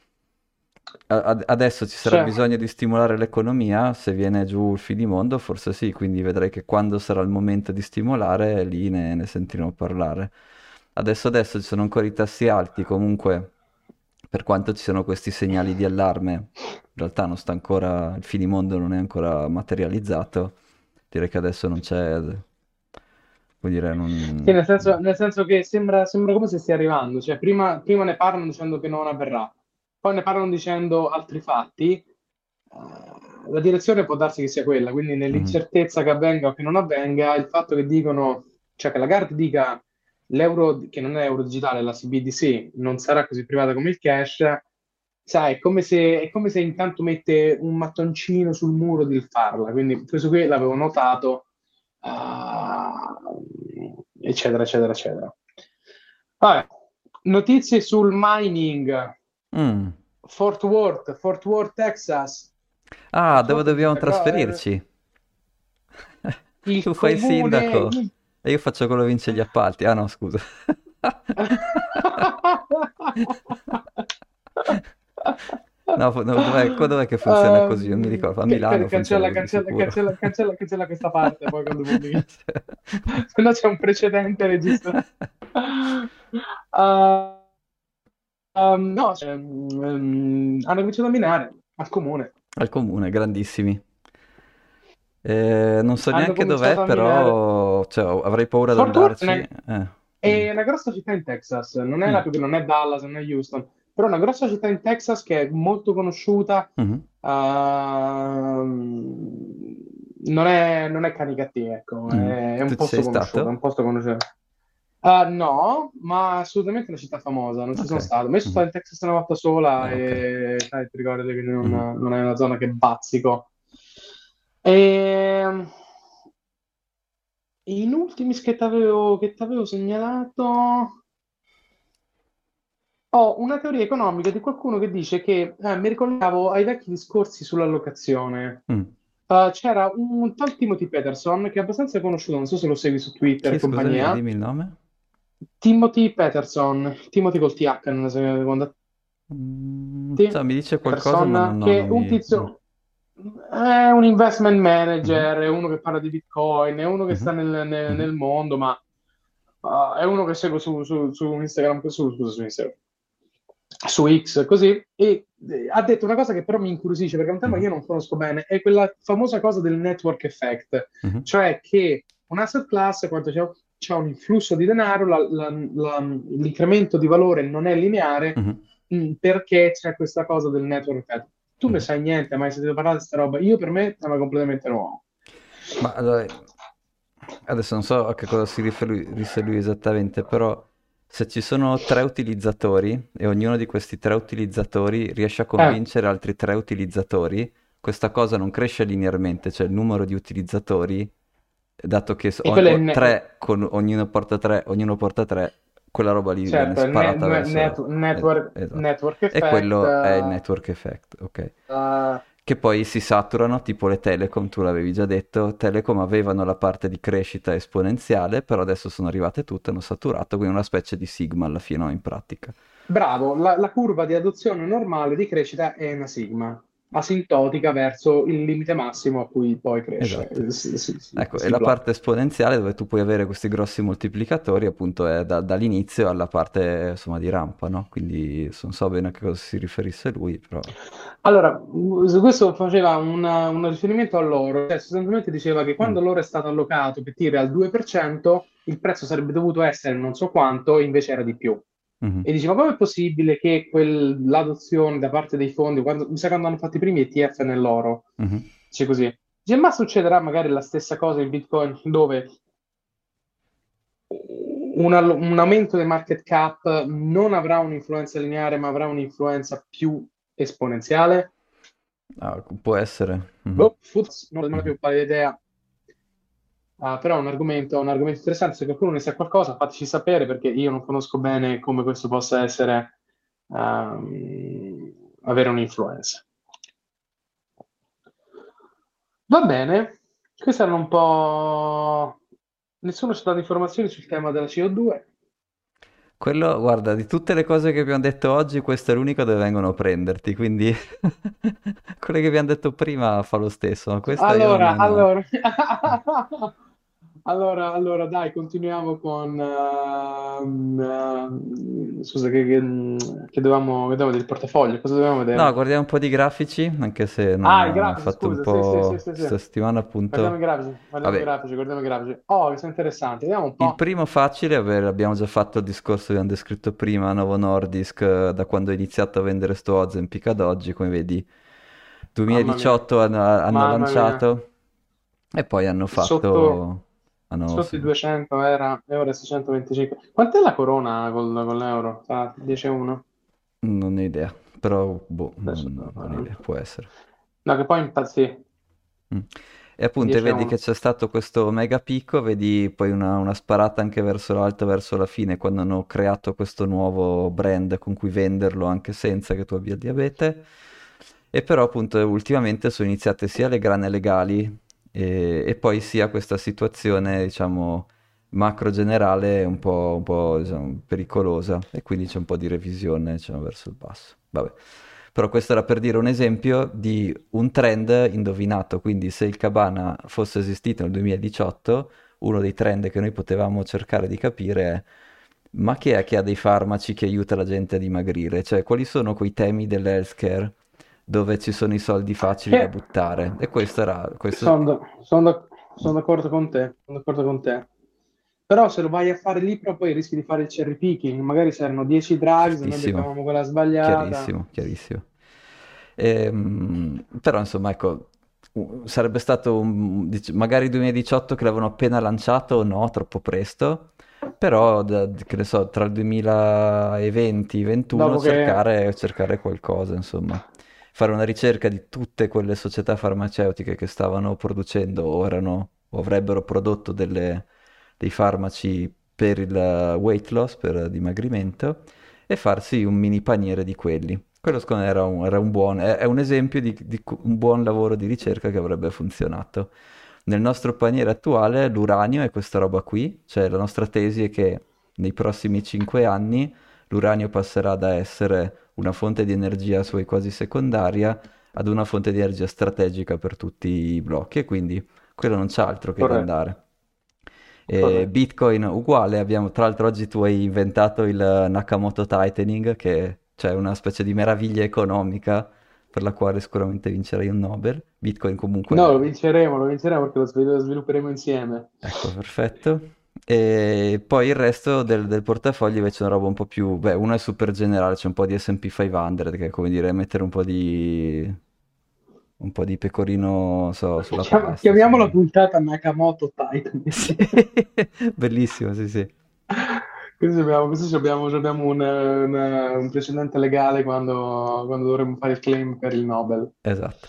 adesso ci sarà Cioè, bisogno di stimolare l'economia, se viene giù il finimondo, forse sì, quindi vedrei che quando sarà il momento di stimolare, lì ne sentiremo parlare. Adesso ci sono ancora i tassi alti, comunque, per quanto ci siano questi segnali di allarme, in realtà non sta ancora, il finimondo non è ancora materializzato, direi che adesso non c'è, vuol dire, sì, non... nel senso che sembra come se stia arrivando, cioè prima ne parlano dicendo che non avverrà, poi ne parlano dicendo altri fatti. la direzione può darsi che sia quella, quindi Mhm. nell'incertezza che avvenga o che non avvenga, il fatto che dicono, cioè che la Lagarde dica l'euro, che non è euro digitale, la CBDC, non sarà così privata come il cash, sai, è come se intanto mette un mattoncino sul muro di farla, quindi questo qui l'avevo notato, ah, eccetera, eccetera, eccetera. Vabbè, notizie sul mining. Mm. Fort Worth, Texas. Ah, Fort dove Worth dobbiamo esiste, però trasferirci? il Tu fai il comune... sindaco e io faccio quello che vince gli appalti. Ah no, scusa. No, no, dov'è che funziona così? Non mi ricordo. A Milano funziona Cancella, così cancella, sicuro. cancella, cancella, cancella questa parte, poi quando pubblichi. Se no c'è un precedente registrato. Uh, no, cioè, hanno cominciato a minare al comune. Al comune, grandissimi. Non so Hanno neanche dov'è, cominciato a minare. però cioè, avrei paura ad Fort Worth andarci. Dimmi. è una grossa città in Texas, non è Mm, non è Dallas, non è Houston, però è una grossa città in Texas che è molto conosciuta. mhm. Non è Canicattì, ecco, Mm. è un Tu ci sei posto conosciuto, è stato? un posto conosciuto. No, ma assolutamente una città famosa, non ci Ok. sono stato. Ma io sono Mhm. stato in Texas una volta sola Ah, ok. e sai, ti ricordi che non, Mhm. non è una zona che bazzico. E... In ultimis che t'avevo segnalato, ho una teoria economica di qualcuno che dice che mi ricollavo ai vecchi discorsi sull'allocazione. Mm. C'era un tal Timothy Peterson che è abbastanza conosciuto, non so se lo segui su Twitter Chi, e scusami, compagnia. ridimmi il nome? Timothy Peterson, Timothy col TH, nella seconda Cioè, mi dice qualcosa, ma Peterson, no, che non è un mi... mm. tizio, è un investment Mhm. manager, è uno che parla di Bitcoin, è uno che sta Mhm. nel Mhm. mondo, ma è uno che seguo su Instagram, scusa, su Instagram, su X, così, e ha detto una cosa che però mi incuriosisce, perché è un tema che Mhm. io non conosco bene, è quella famosa cosa del network effect, Mhm. cioè che un asset class, quando c'è un influsso di denaro, l'incremento di valore non è lineare, Mhm. perché c'è questa cosa del network effect. Tu ne Mhm. sai niente, hai mai sentito parlare di questa roba? Io per me è tema completamente nuovo. Ma allora, adesso non so a che cosa si riferisce lui esattamente, però se ci sono tre utilizzatori e ognuno di questi tre utilizzatori riesce a Eh, convincere altri tre utilizzatori, questa cosa non cresce linearmente, cioè il numero di utilizzatori, dato che e quello è tre, ognuno porta tre, quella roba lì viene certo, il sparata verso... esatto. network E effect. quello è il network effect, ok? Che poi si saturano, tipo le Telecom, tu l'avevi già detto, Telecom avevano la parte di crescita esponenziale, però adesso sono arrivate tutte, hanno saturato, quindi una specie di sigma alla fine, no, in pratica. Bravo, la curva di adozione normale di crescita è una sigma, asintotica verso il limite massimo a cui poi cresce. Esatto. Ecco, e Si la blocca. parte esponenziale dove tu puoi avere questi grossi moltiplicatori, appunto, è dall'inizio alla parte, insomma, di rampa, no? Quindi non so bene a che cosa si riferisse lui, però... Allora, su questo faceva un riferimento all'oro, cioè sostanzialmente diceva che Mm, quando l'oro è stato allocato per dire al 2%, il prezzo sarebbe dovuto essere non so quanto, e invece era di più. mhm, E dice, ma com'è possibile che l'adozione da parte dei fondi, mi sa quando hanno fatto i primi ETF nell'oro, mhm, dice così, dice, ma succederà magari la stessa cosa in Bitcoin, dove un aumento del market cap non avrà un'influenza lineare, ma avrà un'influenza più esponenziale? ah, può essere. Mhm, Boh, non ho la mhm. più pallida idea. Però è un argomento interessante. Se qualcuno ne sa qualcosa, fateci sapere perché io non conosco bene come questo possa essere, avere un'influenza. Va bene, queste erano un po'. Nessuno ci ha dato informazioni sul tema della CO2. Quello, guarda, di tutte le cose che abbiamo detto oggi, questa è l'unica dove vengono a prenderti, quindi quelle che abbiamo detto prima fa lo stesso, ma questa io Allora, non... allora, allora, dai, continuiamo con. Scusa, che dovevamo vedere il portafoglio, cosa dovevamo No, vedere? guardiamo un po' di grafici, anche se non Ah, i ho grafici, fatto un scusa, sì, sì, sì, po' sì, sì. questa settimana, Guardiamo i appunto. grafici, guardiamo i Vabbè, grafici, guardiamo i grafici. Oh, che sono interessanti, vediamo un il po'. primo facile, abbiamo già fatto il discorso che abbiamo descritto prima, Novo Nordisk, da quando ho iniziato a vendere sto Ozempic ad oggi, come vedi, Mamma mia, 2018 hanno mamma mia. lanciato e poi hanno Sotto, fatto... Hanno, sotto sì, i 200 era, e ora è 625. Quant'è la corona con l'euro? Ah, 10-1? non ho idea, però boh, Adesso non ho idea, può essere. no, che poi impazzì. Mm. E appunto vedi che 10-1. c'è stato questo mega picco, vedi poi una sparata anche verso l'alto, verso la fine, quando hanno creato questo nuovo brand con cui venderlo anche senza che tu abbia il diabete. E però appunto ultimamente sono iniziate sia le grane legali e poi sia questa situazione, diciamo, macro generale un po', diciamo, pericolosa e quindi c'è un po' di revisione, diciamo, verso il basso. Vabbè. Però questo era per dire un esempio di un trend indovinato, quindi se il Cabana fosse esistito nel 2018, uno dei trend che noi potevamo cercare di capire è ma chi è che ha dei farmaci che aiuta la gente a dimagrire? Cioè, quali sono quei temi dell'healthcare dove ci sono i soldi facili da Che buttare? E questo era, questo, sono d'accordo con te, sono d'accordo con te. Però se lo vai a fare lì, però poi rischi di fare il cherry picking. Magari servono 10 drugs, noi giustissimo, beccavamo quella sbagliata. chiarissimo, chiarissimo. Però insomma, ecco, sarebbe stato magari 2018 che l'avevano appena lanciato, no, troppo presto, però che ne so, tra il 2020 e 2021 Dopo che cercare qualcosa, insomma. Fare una ricerca di tutte quelle società farmaceutiche che stavano producendo o erano o avrebbero prodotto dei farmaci per il weight loss, per dimagrimento, e farsi un mini paniere di quelli. Quello secondo me era un buon, è un esempio di un buon lavoro di ricerca che avrebbe funzionato. Nel nostro paniere attuale l'uranio è questa roba qui, cioè la nostra tesi è che nei prossimi 5 anni l'uranio passerà da essere una fonte di energia suoi quasi secondaria ad una fonte di energia strategica per tutti i blocchi e quindi quello non c'ha altro che da corretto, andare. E corretto. Bitcoin uguale, abbiamo, tra l'altro oggi tu hai inventato il Nakamoto Tightening, che cioè una specie di meraviglia economica per la quale sicuramente vincerai un Nobel. Bitcoin No, comunque, lo vinceremo perché lo svilupperemo insieme. ecco, perfetto. E poi il resto del portafoglio invece è una roba un po' più, beh, uno è super generale, c'è un po' di S&P 500, che è come dire mettere un po' di pecorino, so, sulla pasta, Chiamiamo la insomma. puntata Nakamoto Titan. Sì, bellissimo, sì, sì, Così abbiamo un precedente legale quando dovremo fare il claim per il Nobel. esatto.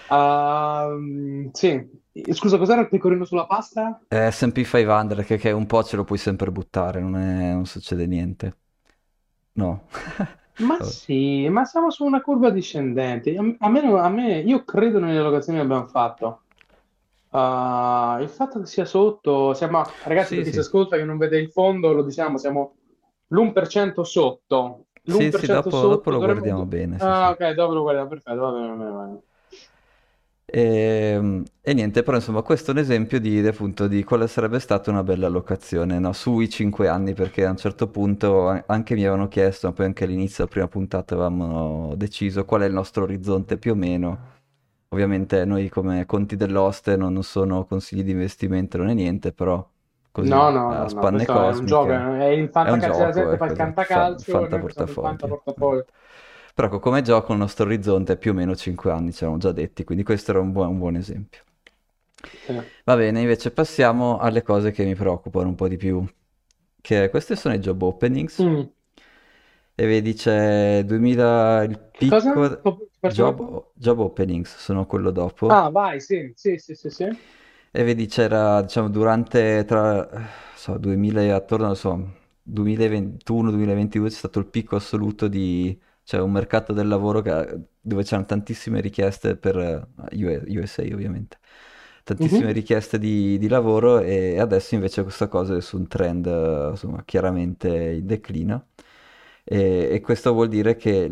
Sì, scusa, cos'era il pecorino sulla pasta? È S&P 500 che un po' ce lo puoi sempre buttare, non succede niente. No. Ma Vabbè. sì, ma siamo su una curva discendente. Io credo nelle locazioni che abbiamo fatto. Il fatto che sia sotto, ragazzi, Sì, per chi si sì. ascolta che non vede il fondo, lo diciamo, siamo l'1% sotto. Sì, sì, L'1% dopo sotto, lo guardiamo bene, sì, Ah, sì. ok, dopo lo guardiamo, perfetto, va bene, va bene. E niente, però insomma questo è un esempio appunto di quale sarebbe stata una bella allocazione, no? Sui 5 anni, perché a un certo punto anche mi avevano chiesto, ma poi anche all'inizio della prima puntata avevamo deciso qual è il nostro orizzonte più o meno. Ovviamente noi come conti dell'oste non sono consigli di investimento, non è niente, però così No, no, a no, no, spanne questo è un gioco, cosmiche è il è un fantacalcio, la gioco, gente fa ecco, il esatto, cantacalcio e noi facciamo il fantaportafogli. fantaportafoglio. Però ecco, come gioco il nostro orizzonte è più o meno 5 anni, ci eravamo già detti, quindi questo era un buon esempio. Sì. Va bene, invece passiamo alle cose che mi preoccupano un po' di più, che questi sono i job openings, Mm. e vedi c'è 2000, il Che cosa? picco Perso troppo? job openings, sono quello dopo. Ah, vai, sì, sì, sì, sì, sì. E vedi, c'era, diciamo, durante, tra, so, 2000 e attorno, non so, 2021-2022 c'è stato il picco assoluto di, cioè, un mercato del lavoro dove c'erano tantissime richieste per, USA ovviamente, tantissime Mhm. richieste di lavoro e adesso invece questa cosa è su un trend, insomma, chiaramente in declino. E questo vuol dire che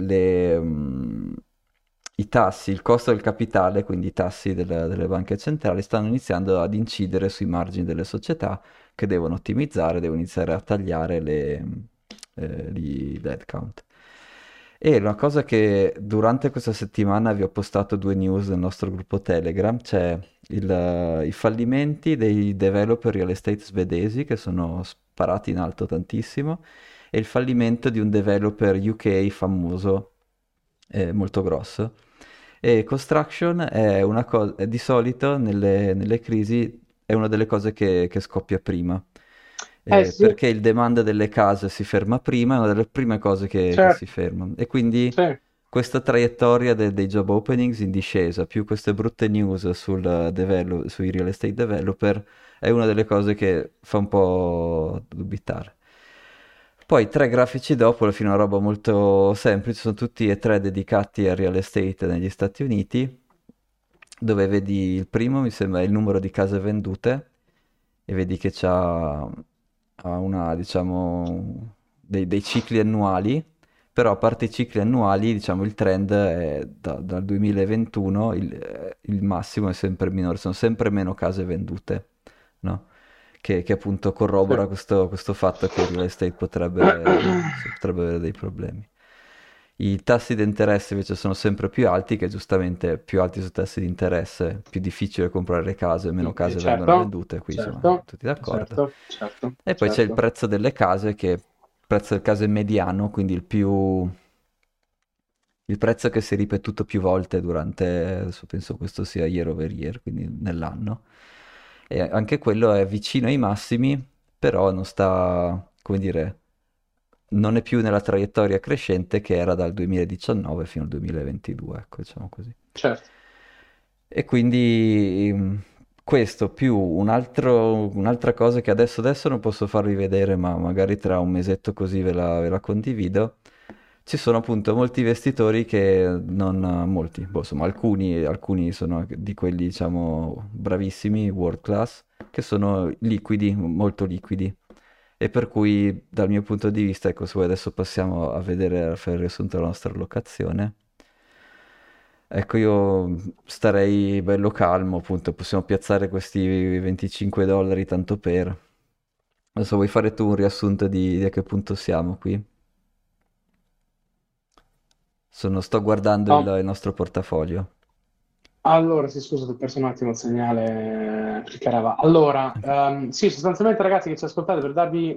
i tassi, il costo del capitale, quindi i tassi delle banche centrali, stanno iniziando ad incidere sui margini delle società che devono ottimizzare, devono iniziare a tagliare l'headcount. E una cosa che durante questa settimana vi ho postato due news nel nostro gruppo Telegram, c'è i fallimenti dei developer real estate svedesi che sono sparati in alto tantissimo e il fallimento di un developer UK famoso, molto grosso. E construction è una cosa, di solito nelle crisi è una delle cose che scoppia prima. Eh sì, Perché il demand delle case si ferma prima, è una delle prime cose che si certo, ferma. E quindi sì. questa traiettoria dei job openings in discesa, più queste brutte news sui real estate developer, è una delle cose che fa un po' dubitare. Poi tre grafici dopo, alla fine una roba molto semplice, sono tutti e tre dedicati al real estate negli Stati Uniti, dove vedi il primo, mi sembra, il numero di case vendute, e vedi che ha una, diciamo, dei cicli annuali, però a parte i cicli annuali, diciamo, il trend è dal 2021, il massimo è sempre minore, sono sempre meno case vendute, no? Che appunto Sì. corrobora questo fatto che il real estate potrebbe avere dei problemi. I tassi di interesse invece sono sempre più alti, che giustamente più alti sono i tassi di interesse, più difficile comprare le case, meno case vengono Certo, vendute, qui insomma certo, tutti d'accordo. certo, certo, E poi c'è il certo. prezzo delle case, che è il prezzo del case mediano, quindi il prezzo che si è ripetuto più volte durante, adesso penso questo sia year over year, quindi nell'anno. E anche quello è vicino ai massimi, però non sta, come dire, non è più nella traiettoria crescente che era dal 2019 fino al 2022, ecco, diciamo così. Certo. E quindi questo più un'altra cosa che adesso non posso farvi vedere, ma magari tra un mesetto così ve la condivido. Ci sono appunto molti investitori che non, molti, boh, insomma alcuni sono di quelli diciamo bravissimi, world class, che sono liquidi, molto liquidi. E per cui dal mio punto di vista, ecco, se vuoi adesso passiamo a vedere, a fare il riassunto della nostra allocazione. Ecco, io starei bello calmo, appunto, possiamo piazzare questi 25 dollari tanto per. Adesso vuoi fare tu un riassunto di a che punto siamo qui? Sto guardando Ah, il nostro portafoglio. allora, sì, scusa, ti ho perso un attimo il segnale perché era. Allora, sì, sostanzialmente, ragazzi, che ci ascoltate per darvi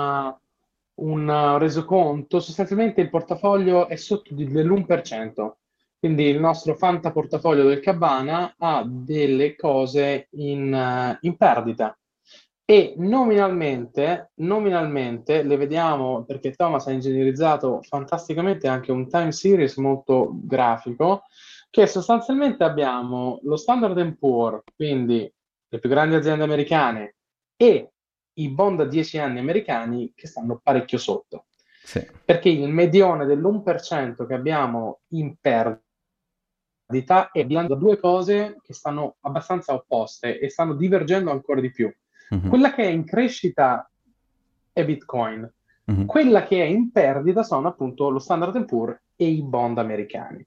un resoconto, sostanzialmente il portafoglio è sotto dell'1%. Quindi il nostro Fanta portafoglio del Cabana ha delle cose in perdita. E nominalmente le vediamo perché Thomas ha ingegnerizzato fantasticamente anche un time series molto grafico, che sostanzialmente abbiamo lo Standard Poor's, quindi le più grandi aziende americane, e i bond a 10 anni americani che stanno parecchio sotto. Sì. Perché il medione dell'1% che abbiamo in perdita è bilanciato da due cose che stanno abbastanza opposte e stanno divergendo ancora di più. Mhm, Quella che è in crescita è Bitcoin, mhm. quella che è in perdita sono appunto lo Standard Poor's e i bond americani.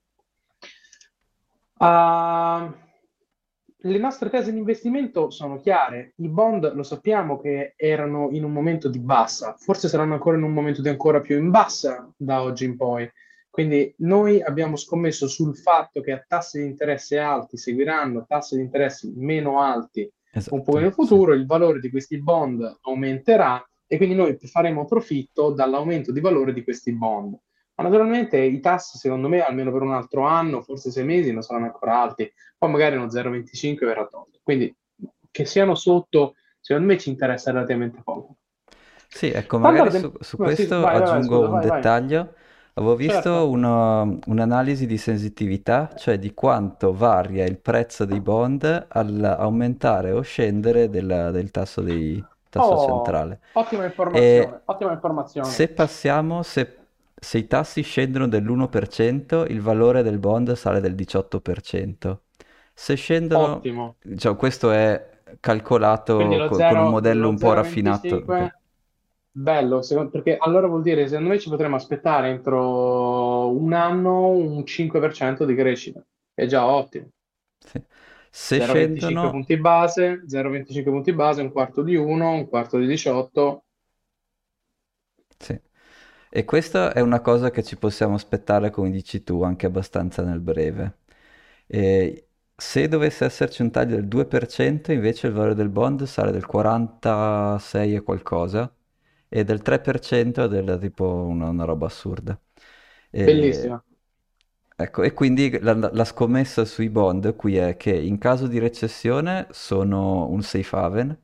Uh, le nostre tesi di investimento sono chiare. I bond lo sappiamo che erano in un momento di bassa, forse saranno ancora in un momento di ancora più in bassa da oggi in poi. Quindi noi abbiamo scommesso sul fatto che a tassi di interesse alti seguiranno tassi di interesse meno alti un po' Esatto, nel sì. futuro, il valore di questi bond aumenterà e quindi noi faremo profitto dall'aumento di valore di questi bond. Ma naturalmente i tassi, secondo me, almeno per un altro anno, forse 6 mesi, non saranno ancora alti. Poi magari uno 0,25 verrà tolto. Quindi che siano sotto, secondo me ci interessa relativamente poco. Sì, ecco, magari Standard su Sì, questo vai, aggiungo scusa, un vai. dettaglio. Avevo visto Certo. un'analisi di sensitività, cioè di quanto varia il prezzo dei bond all'aumentare o scendere del tasso Oh, centrale. ottima informazione, E ottima informazione. se i tassi scendono dell'1%, il valore del bond sale del 18%. Se scendono, Ottimo. diciamo, questo è Quindi calcolato con un modello lo un po' raffinato. Ok. 0,25, bello, perché allora vuol dire, secondo me ci potremo aspettare entro un anno un 5% di crescita. È già ottimo. Sì. Se 0,25 scendono, punti base, 0,25 punti base, un quarto di 1, un quarto di 18. sì. E questa è una cosa che ci possiamo aspettare, come dici tu, anche abbastanza nel breve. E se dovesse esserci un taglio del 2%, invece il valore del bond sale del 46 e qualcosa, e del 3% è tipo una roba assurda. E Bellissima. Ecco, e quindi la scommessa sui bond qui è che in caso di recessione sono un safe haven,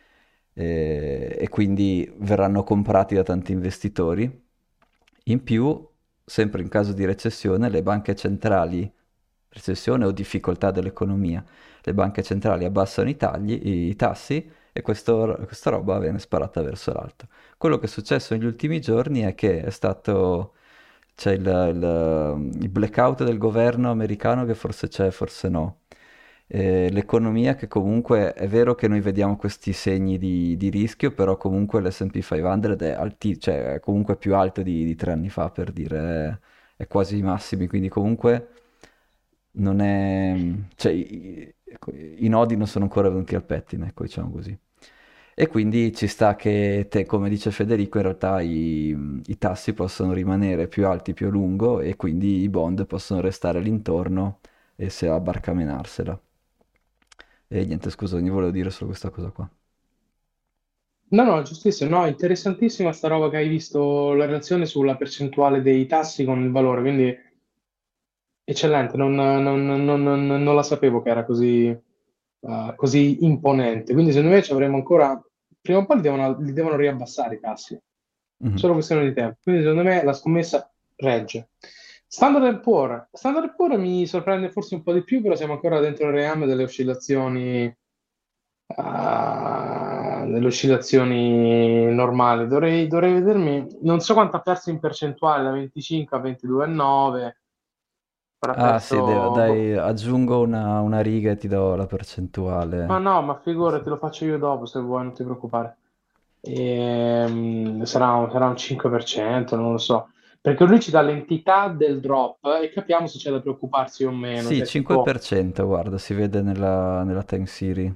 e quindi verranno comprati da tanti investitori. In più, sempre in caso di recessione, le banche centrali, recessione o difficoltà dell'economia, le banche centrali abbassano i tassi e questa roba viene sparata verso l'alto. Quello che è successo negli ultimi giorni è che c'è il blackout del governo americano che forse c'è, forse no. L'economia che comunque è vero che noi vediamo questi segni di rischio, però comunque l'S&P 500 cioè, è comunque più alto di 3 anni fa, per dire, è quasi ai massimi, quindi comunque non è... cioè i nodi non sono ancora venuti al pettine, ecco, diciamo così. E quindi ci sta che, come dice Federico, in realtà i tassi possono rimanere più alti più a lungo e quindi i bond possono restare l'intorno e se a barcamenarsela. E niente, scusa, io volevo dire solo questa cosa qua. No, no, giustissimo, no, interessantissima sta roba che hai visto, la relazione sulla percentuale dei tassi con il valore, quindi eccellente, non la sapevo che era così imponente. Quindi secondo me ci avremo ancora, prima o poi li devono riabbassare i tassi, Mhm. solo questione di tempo. Quindi secondo me la scommessa regge. Standard and Poor mi sorprende forse un po' di più, però siamo ancora dentro il reame delle oscillazioni normali. Dovrei vedermi, non so quanto ha perso in percentuale, da 25 a 22,9, avrà Ah sì, perso, boh. dai, aggiungo una riga e ti do la Ma percentuale. no, ma Sì, sì. figurati, lo faccio io dopo se vuoi, non ti preoccupare. Sarà un 5%, non lo so. Perché lui ci dà l'entità del drop e capiamo se c'è da preoccuparsi o meno. Sì, Cioè, tipo, 5%, guarda, si vede nella time series.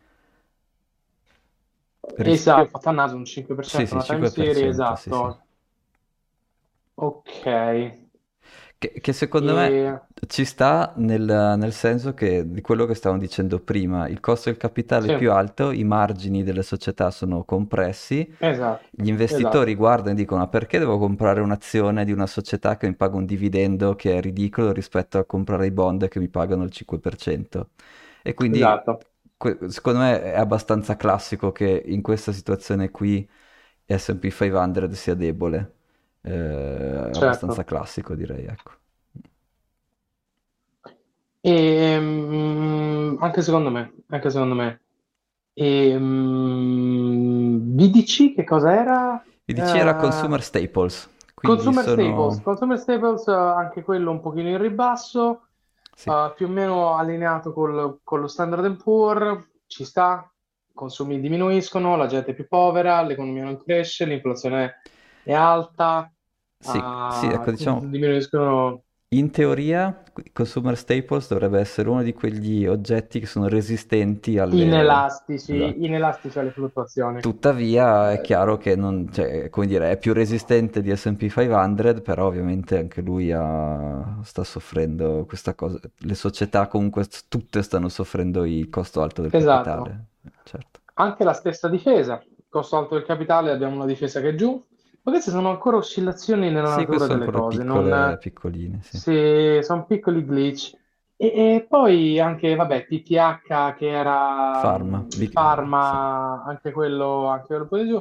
esatto, ho Rischio... fatto a naso un Sì, 5%, sì, una time series, 5%, sì, sì. esatto. Ok. Che secondo me E, ci sta nel senso che di quello che stavamo dicendo prima, il costo del capitale è sì, più alto, i margini delle società sono compressi, esatto, gli investitori esatto, guardano e dicono: "Ma perché devo comprare un'azione di una società che mi paga un dividendo che è ridicolo rispetto a comprare i bond che mi pagano il 5%?" E quindi esatto, secondo me è abbastanza classico che in questa situazione qui S&P 500 sia debole. È abbastanza certo. classico, direi, ecco. Anche secondo me. BDC che cosa era? Mi dici era Eh, Consumer Staples, quindi sono... Consumer Staples, anche quello un pochino in ribasso, Sì, più o meno allineato con lo Standard Poor, ci sta, i consumi diminuiscono, la gente è più povera, l'economia non cresce, l'inflazione è alta, sì, sì, ecco, diciamo, diminuiscono in teoria Consumer Staples dovrebbe essere uno di quegli oggetti che sono resistenti alle... inelastici, Esatto. inelastici alle fluttuazioni. Tuttavia è Eh, chiaro che non, cioè, come dire, è più resistente di S&P 500, però ovviamente anche lui sta soffrendo questa cosa. Le società comunque tutte stanno soffrendo il costo alto del esatto. capitale, certo. Anche la stessa difesa, costo alto del capitale, abbiamo una difesa che è giù, ma queste sono ancora oscillazioni nella Sì, queste natura sono delle proprio cose, piccole, non, piccoline, sì. se, sono piccoli glitch. E poi anche, vabbè, TTH che era Pharma, sì. Pharma, anche quello un po' di giù.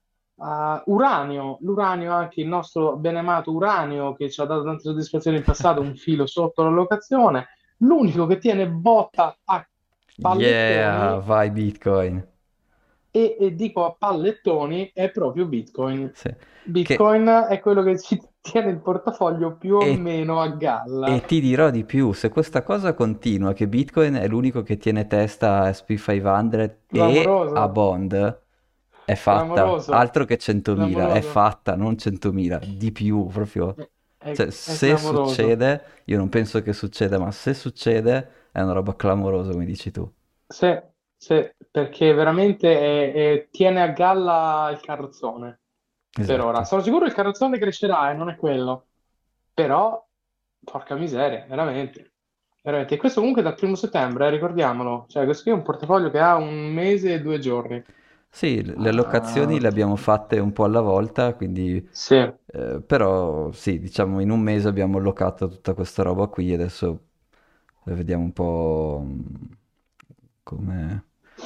L'uranio, anche il nostro beneamato uranio che ci ha dato tante soddisfazioni in passato, un filo sotto la locazione. L'unico che tiene botta a Yeah, pallettoni vai Bitcoin. e dico a pallettoni è proprio Bitcoin. Sì. Che, Bitcoin è quello che ci tiene il portafoglio più o e, meno a galla. e ti dirò di più, se questa cosa continua, che Bitcoin è l'unico che tiene testa a SP500 e Clamoroso, a Bond, è fatta. clamoroso, Altro che 100.000, è clamoroso. fatta, non 100.000, di più proprio. Cioè, È se clamoroso. succede, io non penso che succeda, ma se succede è una roba clamorosa, come dici tu. Sì, sì, perché veramente tiene a galla il carrozzone per ora. Esatto. Sono sicuro che il carrozzone crescerà e non è quello, però porca miseria, veramente. Veramente. E questo comunque dal 1° settembre, ricordiamolo. Cioè, questo qui è un portafoglio che ha un mese e 2 giorni. Sì, le allocazioni le abbiamo fatte un po' alla volta, quindi Sì. però sì, diciamo in un mese abbiamo allocato tutta questa roba qui e adesso vediamo un po' come...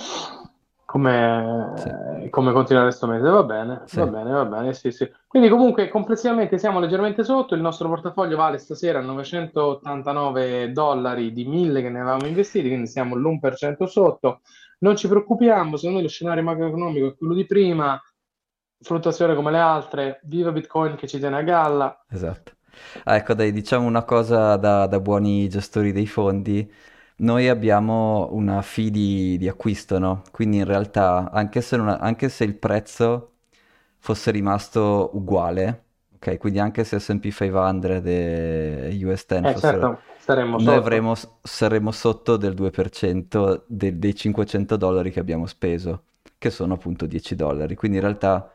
Sì, come continuare questo mese. Va bene, va sì, bene, va bene, sì, sì. Quindi comunque complessivamente siamo leggermente sotto, il nostro portafoglio vale stasera 989 dollari di 1000 che ne avevamo investiti, quindi siamo l'1% sotto. Non ci preoccupiamo, secondo me lo scenario macroeconomico è quello di prima, fluttuazione come le altre, viva Bitcoin che ci tiene a galla. esatto. Ah, ecco, dai, diciamo una cosa da buoni gestori dei fondi. Noi abbiamo una fee di acquisto, no? Quindi in realtà, anche se il prezzo fosse rimasto uguale, ok? Quindi anche se S&P 500 e US 10 fossero... Certo, saremmo Noi sotto. saremmo sotto del 2% dei 500 dollari che abbiamo speso, che sono appunto 10 dollari. Quindi in realtà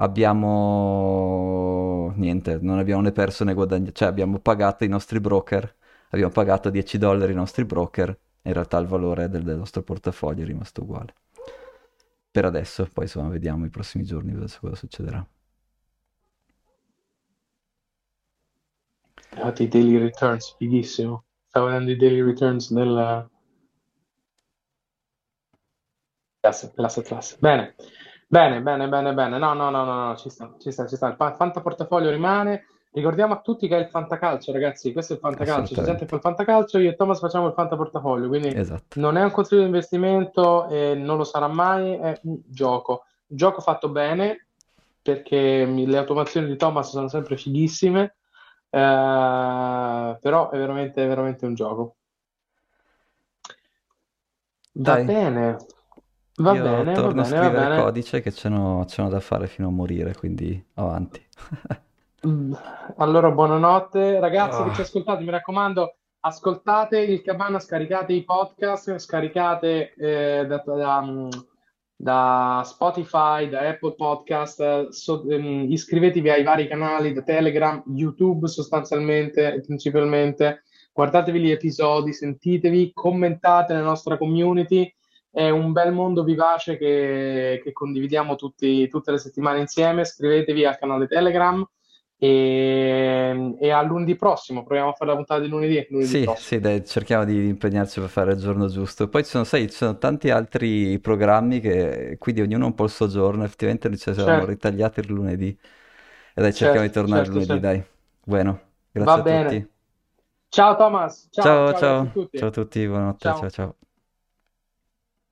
abbiamo niente, non abbiamo né perso né guadagnato, cioè abbiamo pagato i nostri broker, abbiamo pagato 10 dollari i nostri broker, e in realtà il valore del nostro portafoglio è rimasto uguale. Per adesso, poi insomma vediamo i prossimi giorni cosa succederà. Infatti, i daily returns, fighissimo. Stavo vedendo i daily returns dell'asset class. Bene, bene, bene, bene, bene. No, no, no, no, no, ci sta, ci sta, ci sta. Il fantaportafoglio rimane. Ricordiamo a tutti che è il fantacalcio, ragazzi. Questo è il fantacalcio. C'è gente che fa Assolutamente. il fantacalcio, io e Thomas facciamo il fantaportafoglio. Quindi Esatto. non è un consiglio di investimento e non lo sarà mai. È un gioco. Un gioco fatto bene perché le automazioni di Thomas sono sempre fighissime. Però è veramente, veramente un gioco. Va Dai, bene, va io bene, va torno a bene, va scrivere bene. codice che ce n'ho da fare fino a morire, quindi avanti. Mm, Allora, buonanotte. Ragazzi che ci Ah, ascoltate, mi raccomando, ascoltate il Cabana, scaricate i podcast, scaricate da Spotify, da Apple Podcast, iscrivetevi ai vari canali da Telegram, YouTube sostanzialmente e principalmente. Guardatevi gli episodi, sentitevi, commentate nella nostra community. È un bel mondo vivace che condividiamo tutte le settimane insieme. Iscrivetevi al canale Telegram e a lunedì prossimo. Proviamo a fare la puntata di lunedì, lunedì sì, prossimo. sì, dai, cerchiamo di impegnarci per fare il giorno giusto. Poi ci sono, sai, ci sono tanti altri programmi che quindi ognuno ha un po' il suo giorno. Effettivamente noi ci siamo Certo, ritagliati il lunedì. E dai, cerchiamo di certo, tornare certo, lunedì, certo. dai. Bueno, Va grazie a bene. tutti. Ciao Thomas, ciao, Ciao, ciao, grazie a ciao, ciao tutti. a tutti, buonanotte, ciao Ciao. ciao.